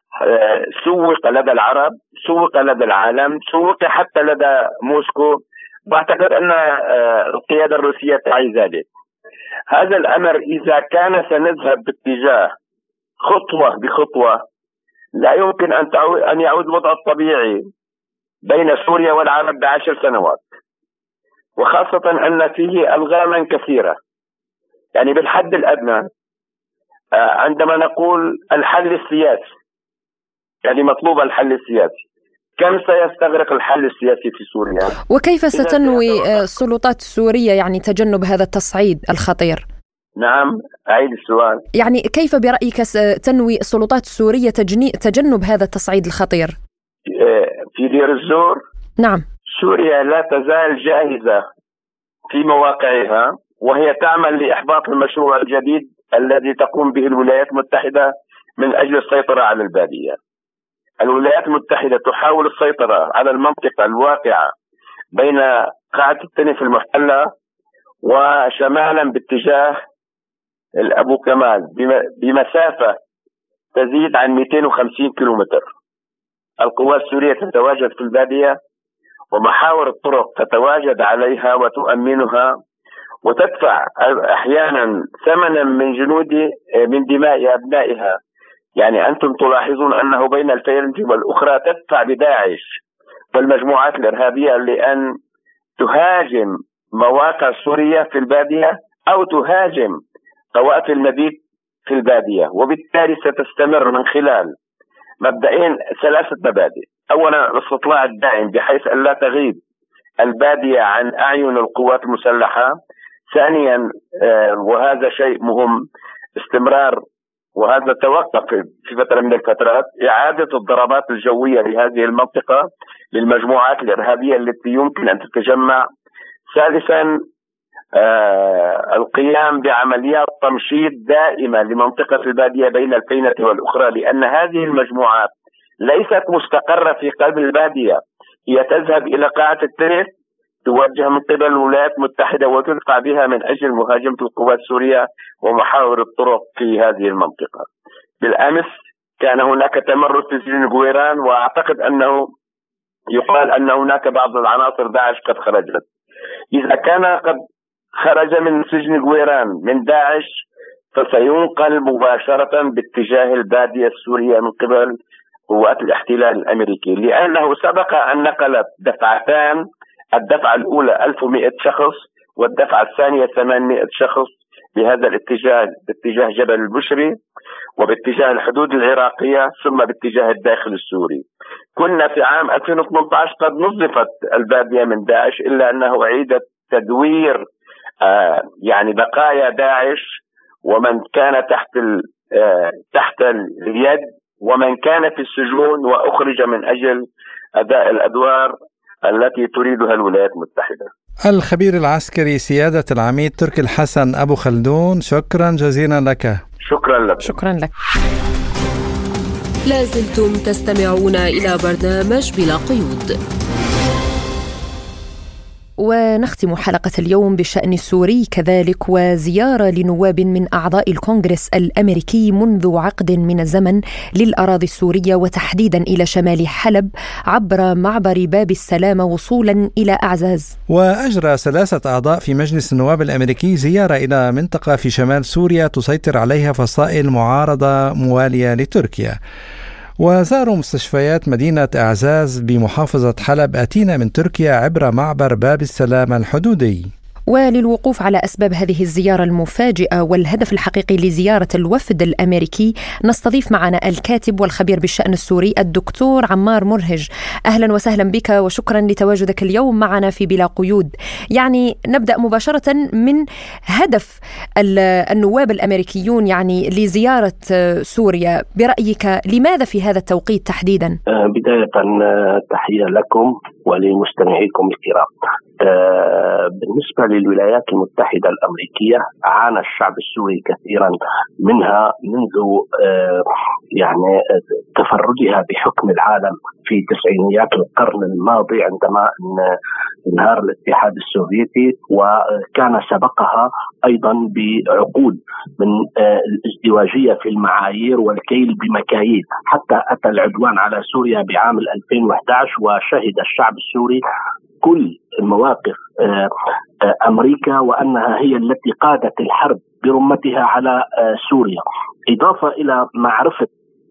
سوق لدى العرب، سوق لدى العالم، سوق حتى لدى موسكو، واعتقد أن القيادة الروسية تعي ذلك. هذا الأمر إذا كان سنذهب باتجاه خطوة بخطوة لا يمكن أن يعود الوضع الطبيعي بين سوريا والعرب ب10 سنوات، وخاصة أن فيه ألغاما كثيرة. يعني بالحد الأدنى عندما نقول الحل السياسي، يعني مطلوب الحل السياسي، كم سيستغرق الحل السياسي في سوريا؟ وكيف ستنوي السلطات السورية يعني تجنب هذا التصعيد الخطير؟ نعم، أعيد السؤال. يعني كيف برأيك تنوي السلطات السورية تجنب هذا التصعيد الخطير؟ في دير الزور نعم، سوريا لا تزال جاهزة في مواقعها، وهي تعمل لإحباط المشروع الجديد الذي تقوم به الولايات المتحدة من أجل السيطرة على البادية. الولايات المتحدة تحاول السيطرة على المنطقة الواقعة بين قاعة التنف المحتلة وشمالا باتجاه الأبو كمال بمسافة تزيد عن 250 كيلومتر. القوات السورية تتواجد في البادية، ومحاور الطرق تتواجد عليها وتؤمنها، وتدفع أحيانا ثمنا من دماء أبنائها. يعني أنتم تلاحظون أنه بين الفيلنج والأخرى تدفع بداعش والمجموعات الإرهابية لأن تهاجم مواقع سوريا في البادية أو تهاجم قوافل المبيت في البادية، وبالتالي ستستمر من خلال مبدئين 3 مبادئ. أولا الاستطلاع الدائم بحيث أن لا تغيب البادية عن أعين القوات المسلحة. ثانيا وهذا شيء مهم، استمرار، وهذا توقف في فترة من الفترات، إعادة الضربات الجوية لهذه المنطقة للمجموعات الإرهابية التي يمكن أن تتجمع. ثالثا القيام بعمليات تمشيط دائمة لمنطقة البادية بين الفينة والأخرى، لأن هذه المجموعات ليست مستقرة في قلب البادية، هي تذهب إلى قاعة التنف، توجه من قبل الولايات المتحدة وتدفع بها من أجل مهاجمة القوات السورية ومحاور الطرق في هذه المنطقة. بالأمس كان هناك تمرد في سجن جويران، وأعتقد أنه يقال أن هناك بعض العناصر داعش قد خرجت. إذا كان قد خرج من سجن جويران من داعش فسينقل مباشرة باتجاه البادية السورية من قبل قوات الاحتلال الأمريكي، لأنه سبق أن نقلت دفعتان، الدفعة الأولى 1100 شخص والدفعة الثانية 800 شخص بهذا الاتجاه، باتجاه جبل البشري وباتجاه الحدود العراقية ثم باتجاه الداخل السوري. كنا في عام 2018 قد نظفت البادية من داعش، إلا أنه أعيدت تدوير يعني بقايا داعش ومن كان تحت اليد ومن كان في السجون وأخرج من أجل أداء الأدوار التي تريدها الولايات المتحدة. الخبير العسكري سيادة العميد تركي الحسن أبو خلدون، شكرا جزيلا لك. شكرا لك. شكرا لك. لازلتم تستمعون إلى برنامج بلا قيود. ونختم حلقة اليوم بشأن سوري كذلك، وزيارة لنواب من أعضاء الكونغرس الأمريكي منذ عقد من الزمن للأراضي السورية وتحديدا إلى شمال حلب عبر معبر باب السلامة وصولا إلى أعزاز. وأجرى 3 أعضاء في مجلس النواب الأمريكي زيارة إلى منطقة في شمال سوريا تسيطر عليها فصائل معارضة موالية لتركيا، وزاروا مستشفيات مدينة أعزاز بمحافظة حلب آتين من تركيا عبر معبر باب السلامة الحدودي. وللوقوف على أسباب هذه الزيارة المفاجئة والهدف الحقيقي لزيارة الوفد الأمريكي نستضيف معنا الكاتب والخبير بالشأن السوري الدكتور عمار مرهج. أهلا وسهلا بك وشكرا لتواجدك اليوم معنا في بلا قيود. يعني نبدأ مباشرة من هدف النواب الأمريكيون يعني لزيارة سوريا برأيك، لماذا في هذا التوقيت تحديدا؟ بداية تحية لكم ولمستمعيكم الكرام. بالنسبة للولايات المتحدة الأمريكية عانى الشعب السوري كثيرا منها منذ يعني تفردها بحكم العالم في تسعينيات القرن الماضي عندما انهار الاتحاد السوفيتي، وكان سبقها أيضا بعقود من الازدواجية في المعايير والكيل بمكاييل، حتى أتى العدوان على سوريا بعام 2011 وشهد الشعب السوري كل مواقف أمريكا وأنها هي التي قادت الحرب برمتها على سوريا، إضافة إلى معرفة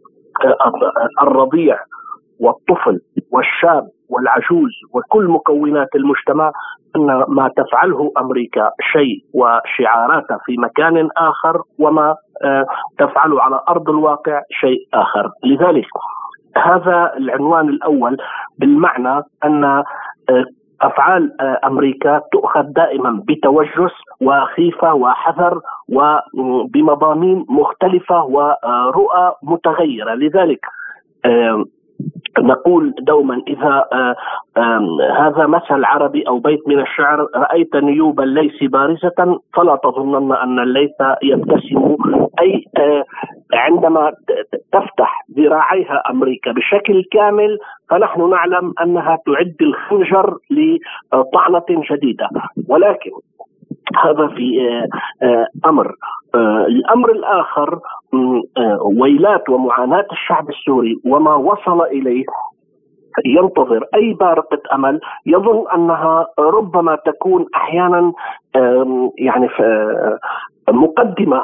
الرضيع والطفل والشاب والعجوز وكل مكونات المجتمع أن ما تفعله أمريكا شيء وشعاراتها في مكان آخر وما تفعله على أرض الواقع شيء آخر. لذلك هذا العنوان الأول، بالمعنى أن أفعال أمريكا تؤخذ دائما بتوجس وخيفة وحذر وبمضامين مختلفة ورؤى متغيرة. لذلك نقول دوما إذا هذا مثل عربي أو بيت من الشعر: رأيت نيوب الليث بارزة فلا تظنن أن الليث يبتسم. أي عندما تفتح ذراعيها أمريكا بشكل كامل فنحن نعلم أنها تعد الخنجر لطعنة جديدة. ولكن هذا في أمر. الأمر الآخر ويلات ومعاناة الشعب السوري وما وصل إليه. ينتظر أي بارقة أمل، يظن أنها ربما تكون أحيانا يعني مقدمة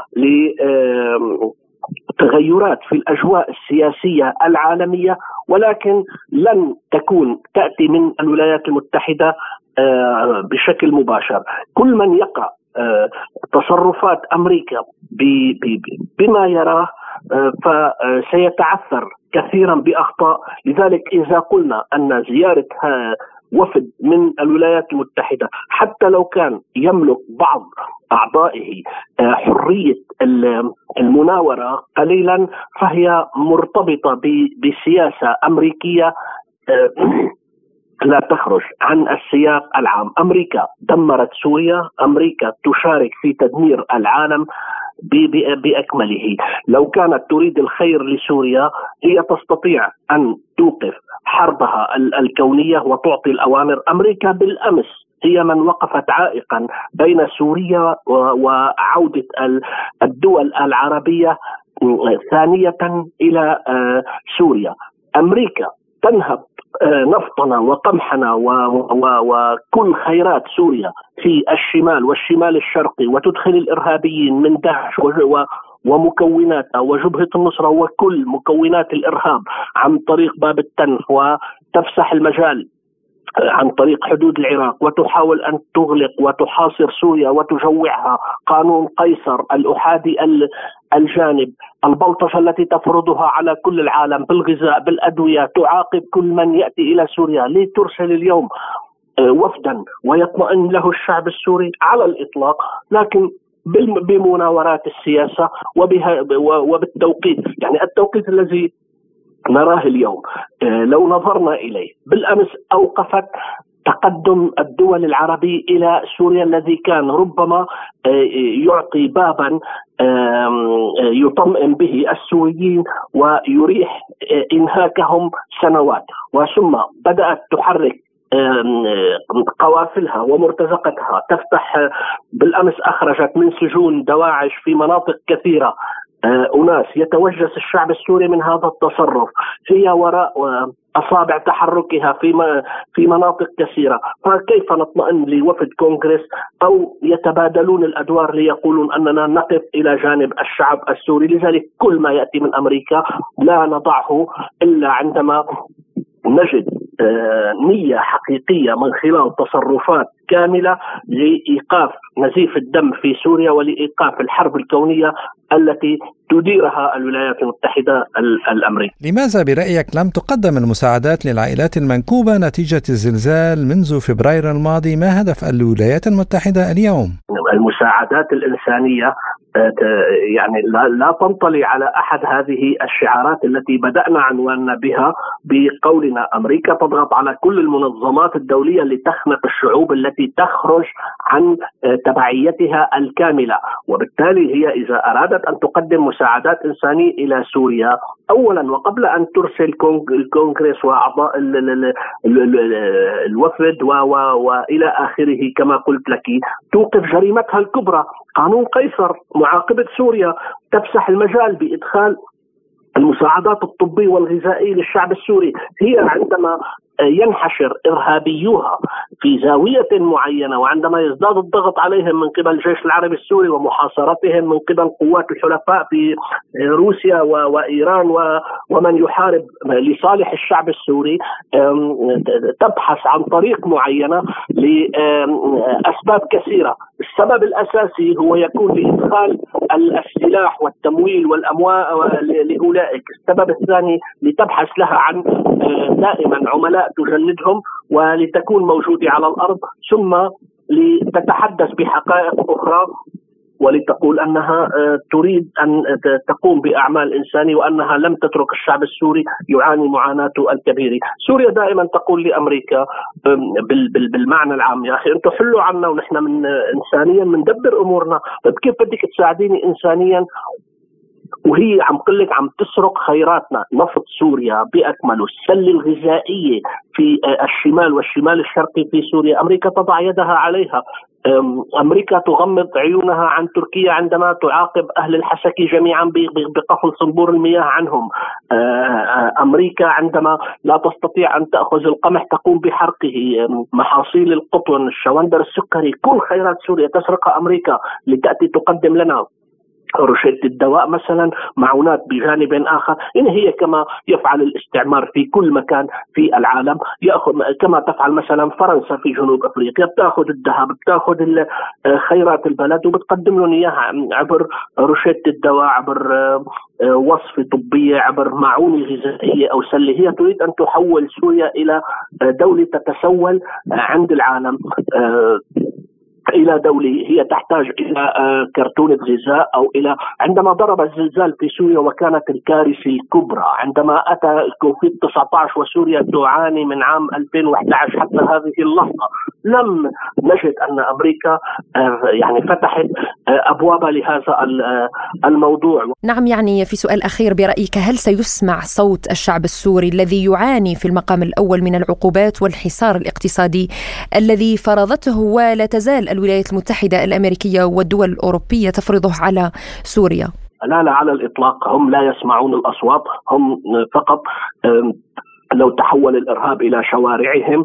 لتغيرات في الأجواء السياسية العالمية، ولكن لن تكون تأتي من الولايات المتحدة بشكل مباشر. كل من يقع تصرفات أمريكا بما يراه فسيتعثر كثيرا بأخطاء. لذلك إذا قلنا أن زيارة وفد من الولايات المتحدة حتى لو كان يملك بعض أعضائه حرية المناورة قليلا، فهي مرتبطة بسياسة أمريكية لا تخرج عن السياق العام. أمريكا دمرت سوريا، أمريكا تشارك في تدمير العالم بأكمله. لو كانت تريد الخير لسوريا هي تستطيع أن توقف حربها الكونية وتعطي الأوامر. أمريكا بالأمس هي من وقفت عائقا بين سوريا وعودة الدول العربية ثانية إلى سوريا. أمريكا تنهب نفطنا وقمحنا وكل خيرات سوريا في الشمال والشمال الشرقي، وتدخل الإرهابيين من داعش ومكوناتها وجبهة النصرة وكل مكونات الإرهاب عن طريق باب التنف، وتفسح المجال عن طريق حدود العراق، وتحاول أن تغلق وتحاصر سوريا وتجوعها. قانون قيصر الأحادي الجانب، البلطجة التي تفرضها على كل العالم بالغذاء بالأدوية، تعاقب كل من يأتي إلى سوريا. لترسل اليوم وفدا ويطمئن له الشعب السوري على الإطلاق، لكن بمناورات السياسة وبالتوقيت. يعني التوقيت الذي نراه اليوم لو نظرنا إليه، بالأمس أوقفت تقدم الدول العربية إلى سوريا الذي كان ربما يعطي بابا يطمئن به السوريين ويريح إنهاكهم سنوات، وثم بدأت تحرك قوافلها ومرتزقتها تفتح. بالأمس أخرجت من سجون دواعش في مناطق كثيرة أناس يتوجس الشعب السوري من هذا التصرف، هي وراء أصابع تحركها في مناطق كثيرة. فكيف نطمئن لوفد كونغرس أو يتبادلون الأدوار ليقولون أننا نقف إلى جانب الشعب السوري؟ لذلك كل ما يأتي من أمريكا لا نضعه إلا عندما نجد نية حقيقية من خلال تصرفات كاملة لإيقاف نزيف الدم في سوريا ولإيقاف الحرب الكونية التي تديرها الولايات المتحدة الأمريكية. لماذا برأيك لم تقدم المساعدات للعائلات المنكوبة نتيجة الزلزال منذ فبراير الماضي؟ ما هدف الولايات المتحدة اليوم؟ المساعدات الإنسانية يعني لا تنطلي على أحد هذه الشعارات التي بدأنا عنواننا بها بقولنا أمريكا تضغط على كل المنظمات الدولية لتخنق الشعوب التي تخرج عن تبعيتها الكاملة. وبالتالي هي إذا أرادت أن تقدم مساعدات إنسانية إلى سوريا أولا وقبل أن ترسل الكونغرس وأعضاء الوفد وإلى آخره كما قلت لك، توقف جريمتها الكبرى قانون قيصر معاقبة سوريا، تفسح المجال بإدخال المساعدات الطبية والغذائية للشعب السوري. هي عندما ينحشر إرهابيوها في زاوية معينة وعندما يزداد الضغط عليهم من قبل الجيش العربي السوري ومحاصرتهم من قبل قوات الحلفاء في روسيا وإيران ومن يحارب لصالح الشعب السوري، تبحث عن طريق معينة لأسباب كثيرة. السبب الأساسي هو يكون لإدخال السلاح والتمويل والأموال لأولئك. السبب الثاني لتبحث لها عن دائما عملاء تجندهم ولتكون موجودة على الأرض، ثم لتتحدث بحقائق أخرى ولتقول أنها تريد أن تقوم بأعمال إنسانية وأنها لم تترك الشعب السوري يعاني معاناته الكبيرة. سوريا دائما تقول لأمريكا بالمعنى العام يا أخي أنتم حلوا عنا ونحن من إنسانيا مندبر أمورنا، طيب كيف بدك تساعديني إنسانيا وهي عم قلك عم تسرق خيراتنا؟ نفط سوريا بأكمله، السلة الغذائية في الشمال والشمال الشرقي في سوريا أمريكا تضع يدها عليها. أمريكا تغمض عيونها عن تركيا عندما تعاقب أهل الحسكي جميعا بقفل صنبور المياه عنهم. أمريكا عندما لا تستطيع أن تأخذ القمح تقوم بحرقه، محاصيل القطن، الشوندر السكري، كل خيرات سوريا تسرقها أمريكا لتأتي تقدم لنا روشتة الدواء مثلا، معونات بجانب آخر. إن هي كما يفعل الاستعمار في كل مكان في العالم، يأخذ كما تفعل مثلا فرنسا في جنوب أفريقيا، بتأخذ الذهب، بتأخذ خيرات البلد وبتقدم لهم إياها عبر روشتة الدواء، عبر وصفة طبية، عبر معونة غذائية أو سلة. هي تريد أن تحول سوريا إلى دولة تتسول عند العالم، إلى دولة هي تحتاج إلى كرتونة غذاء أو إلى. عندما ضرب الزلزال في سوريا وكانت الكارثة الكبرى، عندما أتى كوفيد 19 وسوريا تعاني من عام 2011 حتى هذه اللحظة، لم نجد أن أمريكا يعني فتحت أبوابها لهذا الموضوع. نعم، يعني في سؤال أخير برأيك، هل سيسمع صوت الشعب السوري الذي يعاني في المقام الأول من العقوبات والحصار الاقتصادي الذي فرضته ولا تزال الولايات المتحدة الأمريكية والدول الأوروبية تفرضه على سوريا؟ لا على الإطلاق، هم لا يسمعون الأصوات، هم فقط لو تحول الإرهاب إلى شوارعهم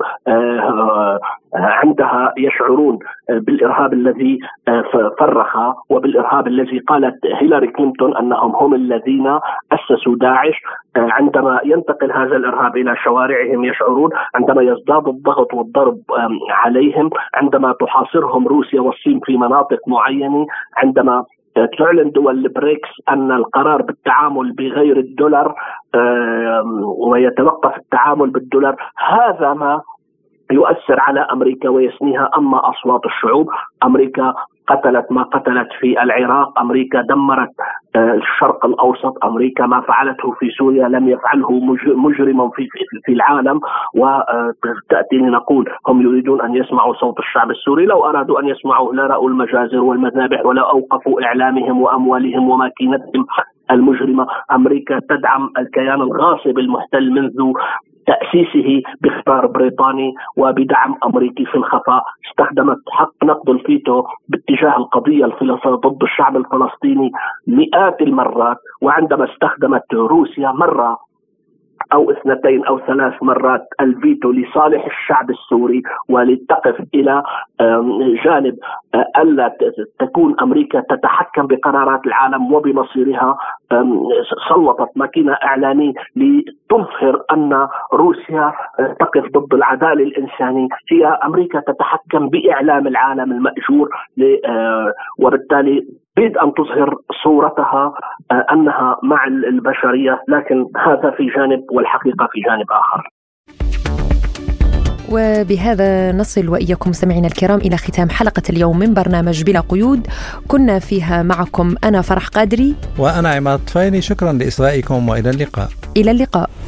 عندها يشعرون بالإرهاب الذي فرخ وبالإرهاب الذي قالت هيلاري كلينتون أنهم هم الذين أسسوا داعش. عندما ينتقل هذا الإرهاب إلى شوارعهم يشعرون، عندما يزداد الضغط والضرب عليهم، عندما تحاصرهم روسيا والصين في مناطق معينة، عندما تعلن دول البريكس أن القرار بالتعامل بغير الدولار ويتوقف التعامل بالدولار، هذا ما يؤثر على أمريكا ويسنيها. أما أصوات الشعوب، أمريكا قتلت ما قتلت في العراق، أمريكا دمرت الشرق الأوسط. أمريكا ما فعلته في سوريا لم يفعله مجرم في العالم. وتأتيني نقول هم يريدون أن يسمعوا صوت الشعب السوري، لو أرادوا أن يسمعوا لرأوا المجازر والمذابح ولا أوقفوا إعلامهم وأموالهم وماكينتهم المجرمة. أمريكا تدعم الكيان الغاصب المحتل منذ تأسيسه بقرار بريطاني وبدعم أمريكي في الخفاء. استخدمت حق نقض الفيتو باتجاه القضية الفلسطينية ضد الشعب الفلسطيني مئات المرات، وعندما استخدمت روسيا مرة أو 2 أو 3 مرات الفيتو لصالح الشعب السوري ولتقف إلى جانب ألا تكون أمريكا تتحكم بقرارات العالم وبمصيرها، سلطت ماكينة إعلامية لتظهر أن روسيا تقف ضد العدالة الإنسانية. هي أمريكا تتحكم بإعلام العالم المأجور، وبالتالي تريد أن تظهر صورتها أنها مع البشرية، لكن هذا في جانب والحقيقة في جانب آخر. وبهذا نصل وإياكم مستمعينا الكرام إلى ختام حلقة اليوم من برنامج بلا قيود. كنا فيها معكم أنا فرح قادري وأنا عماد طفيلي. شكرا لإصغائكم وإلى اللقاء. إلى اللقاء.